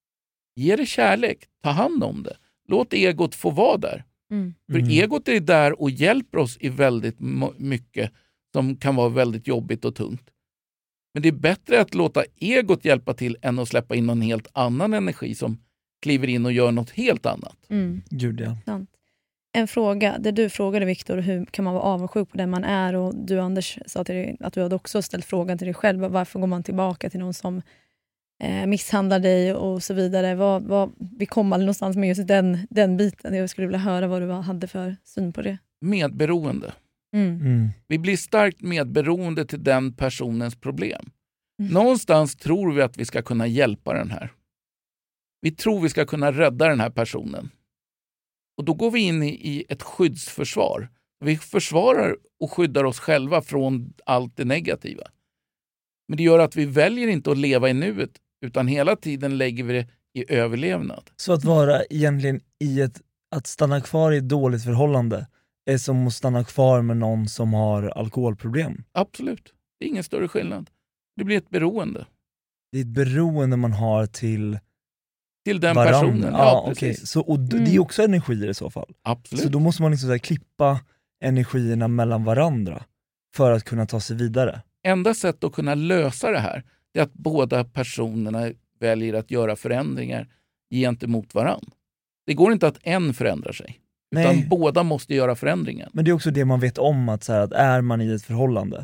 Speaker 3: ge det kärlek, ta hand om det. Låt egot få vara där.
Speaker 2: Mm.
Speaker 3: För
Speaker 1: Mm.
Speaker 3: egot är där och hjälper oss i väldigt mycket som kan vara väldigt jobbigt och tungt. Men det är bättre att låta egot hjälpa till än att släppa in någon helt annan energi som kliver in och gör något helt annat.
Speaker 2: Mm.
Speaker 1: Gud, ja.
Speaker 2: Sant. En fråga, där du frågade Viktor, hur kan man vara avundsjuk på den man är, och du Anders sa till dig att du hade också ställt frågan till dig själv, varför går man tillbaka till någon som eh, misshandlar dig och så vidare. Vad, vad, vi kom aldrig någonstans med just den, den biten. Jag skulle vilja höra vad du hade för syn på det.
Speaker 3: Medberoende.
Speaker 2: Mm.
Speaker 1: Mm.
Speaker 3: Vi blir starkt medberoende till den personens problem.
Speaker 2: Mm.
Speaker 3: Någonstans tror vi att vi ska kunna hjälpa den här. Vi tror vi ska kunna rädda den här personen. Och då går vi in i, i ett skyddsförsvar. Vi försvarar och skyddar oss själva från allt det negativa. Men det gör att vi väljer inte att leva i nuet, utan hela tiden lägger vi det i överlevnad.
Speaker 1: Så att vara egentligen i ett, att stanna kvar i ett dåligt förhållande är som att stanna kvar med någon som har alkoholproblem.
Speaker 3: Absolut. Det är ingen större skillnad. Det blir ett beroende.
Speaker 1: Det är ett beroende man har till
Speaker 3: Till den
Speaker 1: varandra.
Speaker 3: personen.
Speaker 1: Ja,
Speaker 3: Ja,
Speaker 1: okej.
Speaker 3: precis.
Speaker 1: Så, och d-
Speaker 2: Mm.
Speaker 1: det är också energier i så fall.
Speaker 3: Absolut.
Speaker 1: Så då måste man liksom så här klippa energierna mellan varandra för att kunna ta sig vidare.
Speaker 3: Enda sätt att kunna lösa det här är att båda personerna väljer att göra förändringar gentemot varann. Det går inte att en förändrar sig. Utan
Speaker 1: Nej.
Speaker 3: båda måste göra förändringen.
Speaker 1: Men det är också det man vet om, att, så här, att är man i ett förhållande,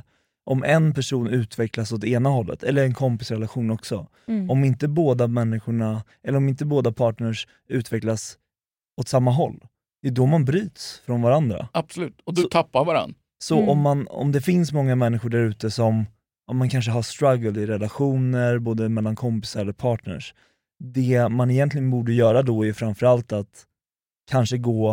Speaker 1: om en person utvecklas åt ena hållet, eller en kompisrelation också,
Speaker 2: Mm.
Speaker 1: om inte båda människorna, eller om inte båda partners utvecklas åt samma håll, det är då man bryts från varandra.
Speaker 3: Absolut, och du
Speaker 1: Så-
Speaker 3: tappar varann.
Speaker 1: Så
Speaker 2: Mm.
Speaker 1: om, man, om det finns många människor där ute som om man kanske har struggle i relationer, både mellan kompisar eller partners, det man egentligen borde göra då är framförallt att kanske gå,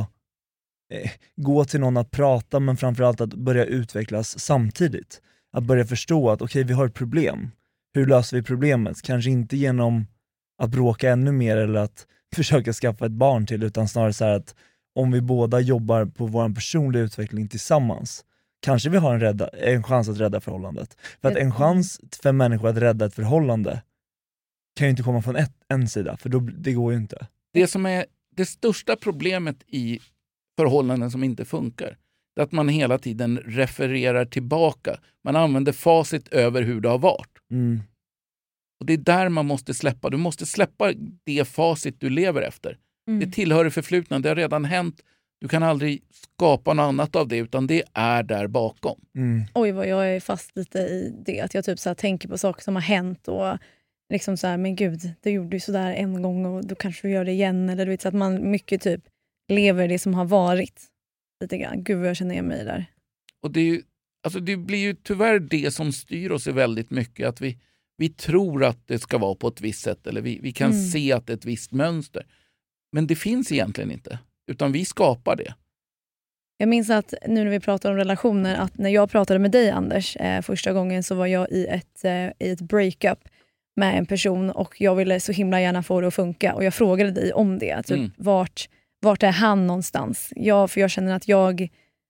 Speaker 1: eh, gå till någon att prata, men framförallt att börja utvecklas samtidigt. Att börja förstå att okej, vi har ett problem. Hur löser vi problemet? Kanske inte genom att bråka ännu mer eller att försöka skaffa ett barn till, utan snarare så här att om vi båda jobbar på vår personliga utveckling tillsammans, kanske vi har en, rädda, en chans att rädda förhållandet. För att en chans för människor att rädda ett förhållande kan ju inte komma från ett, en sida, för då, det går ju inte.
Speaker 3: Det som är det största problemet i förhållanden som inte funkar, det är att man hela tiden refererar tillbaka. Man använder facit över hur det har varit.
Speaker 1: Mm.
Speaker 3: Och det är där man måste släppa. Du måste släppa det facit du lever efter.
Speaker 2: Mm.
Speaker 3: Det tillhör det förflutna, det har redan hänt. Du kan aldrig skapa något annat av det, utan det är där bakom.
Speaker 1: Mm.
Speaker 2: Oj, vad jag är fast lite i det. Att jag typ så här tänker på saker som har hänt och liksom så här, men gud, du gjorde ju sådär en gång och då kanske du gör det igen. Eller du vet, så att man mycket typ lever det som har varit. Lite grann. Gud vad jag känner igen mig där.
Speaker 3: Och det, är ju, alltså det blir ju tyvärr det som styr oss i väldigt mycket. Att vi, vi tror att det ska vara på ett visst sätt. Eller vi, vi kan
Speaker 2: Mm.
Speaker 3: se att det är ett visst mönster. Men det finns egentligen inte. Utan vi skapar det.
Speaker 2: Jag minns att nu när vi pratar om relationer, att när jag pratade med dig Anders eh, första gången, så var jag i ett, eh, i ett breakup med en person och jag ville så himla gärna få det att funka. Och jag frågade dig om det. Typ,
Speaker 3: Mm.
Speaker 2: vart, vart är han någonstans? Jag, för jag känner att jag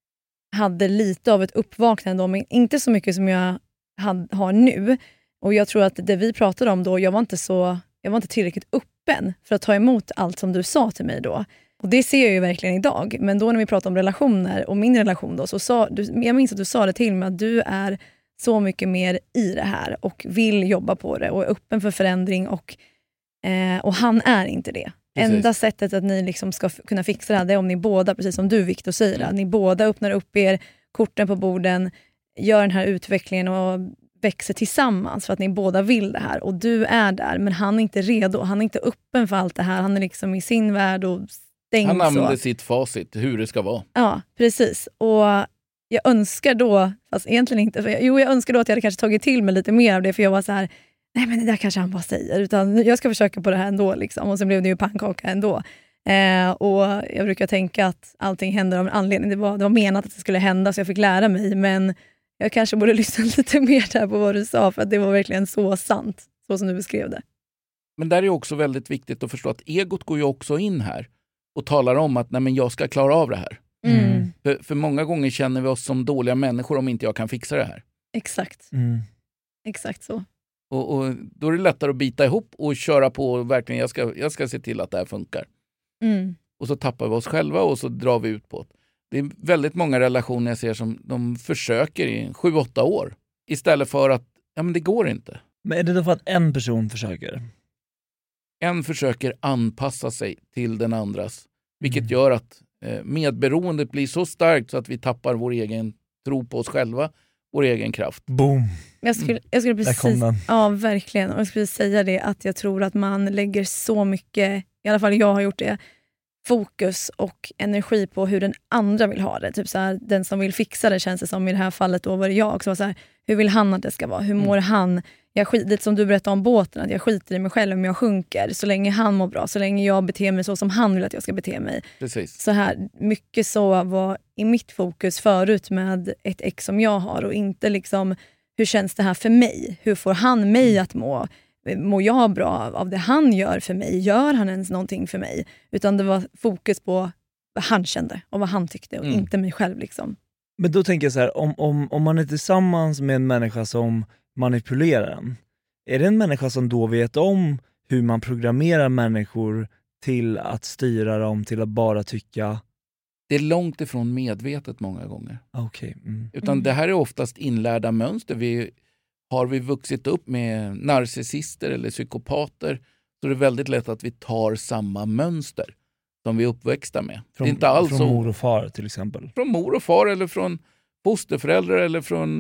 Speaker 2: hade lite av ett uppvaknande då, men inte så mycket som jag had, har nu. Och jag tror att det vi pratade om då, jag var inte så, jag var inte tillräckligt öppen för att ta emot allt som du sa till mig då. Och det ser jag ju verkligen idag. Men då när vi pratar om relationer och min relation då, så sa du, jag minns att du sa det till mig att du är så mycket mer i det här och vill jobba på det och är öppen för förändring, och, eh, och han är inte det.
Speaker 3: Precis.
Speaker 2: Enda sättet att ni liksom ska f- kunna fixa det här, det är om ni båda, precis som du Victor säger,
Speaker 3: Mm.
Speaker 2: att ni båda öppnar upp er, korten på borden, gör den här utvecklingen och växer tillsammans för att ni båda vill det här. Och du är där, men han är inte redo. Han är inte öppen för allt det här. Han är liksom i sin värld och stängd.
Speaker 3: Han använder
Speaker 2: så.
Speaker 3: sitt facit, hur det ska vara.
Speaker 2: Ja, precis. Och jag önskar då, fast egentligen inte, för jag, jo jag önskar då att jag hade kanske tagit till mig lite mer av det, för jag var så här, nej men det där kanske han bara säger, utan jag ska försöka på det här ändå liksom. Och sen blev det ju pannkaka ändå. Eh, och jag brukar tänka att allting händer av en anledning. Det var, det var menat att det skulle hända, så jag fick lära mig, men jag kanske borde lyssna lite mer där på vad du sa, för att det var verkligen så sant, så som du beskrev det.
Speaker 3: Men där är också väldigt viktigt att förstå att egot går ju också in här och talar om att nej, men jag ska klara av det här.
Speaker 2: Mm.
Speaker 3: För, för många gånger känner vi oss som dåliga människor om inte jag kan fixa det här.
Speaker 2: Exakt,
Speaker 1: Mm.
Speaker 2: exakt så.
Speaker 3: Och, och då är det lättare att bita ihop och köra på och verkligen, jag ska, jag ska se till att det här funkar.
Speaker 2: Mm.
Speaker 3: Och så tappar vi oss själva och så drar vi ut på det. Det är väldigt många relationer jag ser som de försöker i sju, åtta år. Istället för att, ja men det går inte.
Speaker 1: Men är det då för att en person försöker?
Speaker 3: En försöker anpassa sig till den andras. Vilket
Speaker 1: Mm.
Speaker 3: gör att eh, medberoendet blir så starkt så att vi tappar vår egen tro på oss själva, vår egen kraft.
Speaker 1: Boom!
Speaker 2: Jag skulle, jag skulle
Speaker 1: Där
Speaker 2: precis,
Speaker 1: kom den.
Speaker 2: ja verkligen, och jag skulle säga det att jag tror att man lägger så mycket, i alla fall jag har gjort det, fokus och energi på hur den andra vill ha det. Typ så här, den som vill fixa det, känns det som i det här fallet, då var det jag också. Så här, hur vill han att det ska vara? Hur mår han? Jag skit, lite som du berättade om båten, att jag skiter i mig själv om jag sjunker. Så länge han mår bra, så länge jag beter mig så som han vill att jag ska bete mig.
Speaker 3: Precis.
Speaker 2: Så här, mycket så var i mitt fokus förut med ett ex som jag har, och inte liksom, hur känns det här för mig? Hur får han mig att må? Mår jag bra av det han gör för mig? Gör han ens någonting för mig? Utan det var fokus på vad han kände och vad han tyckte, och
Speaker 3: Mm.
Speaker 2: inte mig själv liksom.
Speaker 1: Men då tänker jag så här, om, om, om man är tillsammans med en människa som manipulerar en, är det en människa som då vet om hur man programmerar människor till att styra dem till att bara tycka
Speaker 3: Det är långt ifrån medvetet många gånger.
Speaker 1: okej, mm.
Speaker 3: Utan
Speaker 2: Mm.
Speaker 3: det här är oftast inlärda mönster. Vi, har vi vuxit upp med narcissister eller psykopater, så är det väldigt lätt att vi tar samma mönster som vi är uppväxta med.
Speaker 1: från,
Speaker 3: det är inte alls
Speaker 1: från
Speaker 3: så.
Speaker 1: mor och far till exempel.
Speaker 3: Från mor och far eller från fosterföräldrar eller från eh,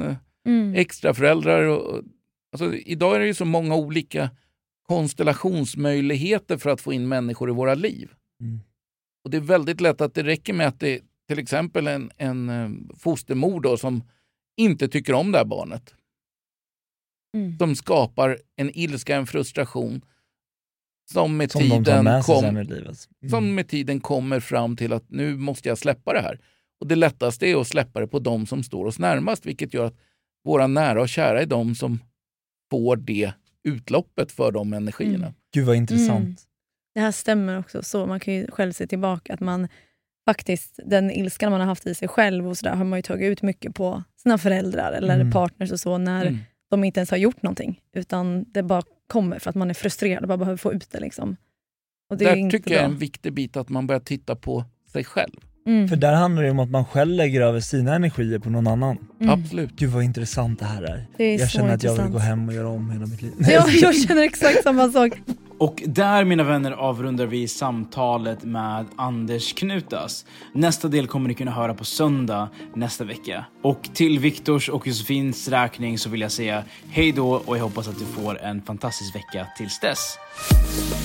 Speaker 2: Mm.
Speaker 3: extra föräldrar. Och, alltså, idag är det ju så många olika konstellationsmöjligheter för att få in människor i våra liv.
Speaker 1: Mm.
Speaker 3: Och det är väldigt lätt att det räcker med att det till exempel en, en fostermor då, som inte tycker om det här barnet.
Speaker 2: Mm.
Speaker 3: Som skapar en ilska, en frustration som med,
Speaker 1: Som de tar
Speaker 3: tiden,
Speaker 1: med sig
Speaker 3: kom,
Speaker 1: sen i livet. Mm.
Speaker 3: som med tiden kommer fram till att nu måste jag släppa det här. Och det lättaste är att släppa det på de som står oss närmast, vilket gör att våra nära och kära är de som får det utloppet för de energierna.
Speaker 2: Mm.
Speaker 1: Gud vad intressant.
Speaker 2: Mm. Det här stämmer också så. Man kan ju själv se tillbaka att man faktiskt, den ilskan man har haft i sig själv och så där, har man ju tagit ut mycket på sina föräldrar eller
Speaker 1: Mm.
Speaker 2: partners och så när
Speaker 3: Mm.
Speaker 2: de inte ens har gjort någonting. Utan det bara kommer för att man är frustrerad och bara behöver få ut det. Liksom. Och det är
Speaker 3: Där
Speaker 2: inte
Speaker 3: tycker jag är
Speaker 2: bra.
Speaker 3: en viktig bit att man börjar titta på sig själv.
Speaker 2: Mm.
Speaker 1: För där handlar det om att man själv lägger över sina energier på någon annan.
Speaker 2: Mm.
Speaker 3: Absolut.
Speaker 1: Gud vad intressant det här är.
Speaker 2: Det är
Speaker 1: Jag
Speaker 2: så
Speaker 1: känner att jag vill
Speaker 2: intressant.
Speaker 1: gå hem och göra om hela mitt liv.
Speaker 2: Ja, jag känner exakt samma sak.
Speaker 6: Och där, mina vänner, avrundar vi samtalet med Anders Knutas. Nästa del kommer ni kunna höra på söndag nästa vecka. Och till Viktors och Josefins räkning så vill jag säga hej då, och jag hoppas att du får en fantastisk vecka tills dess.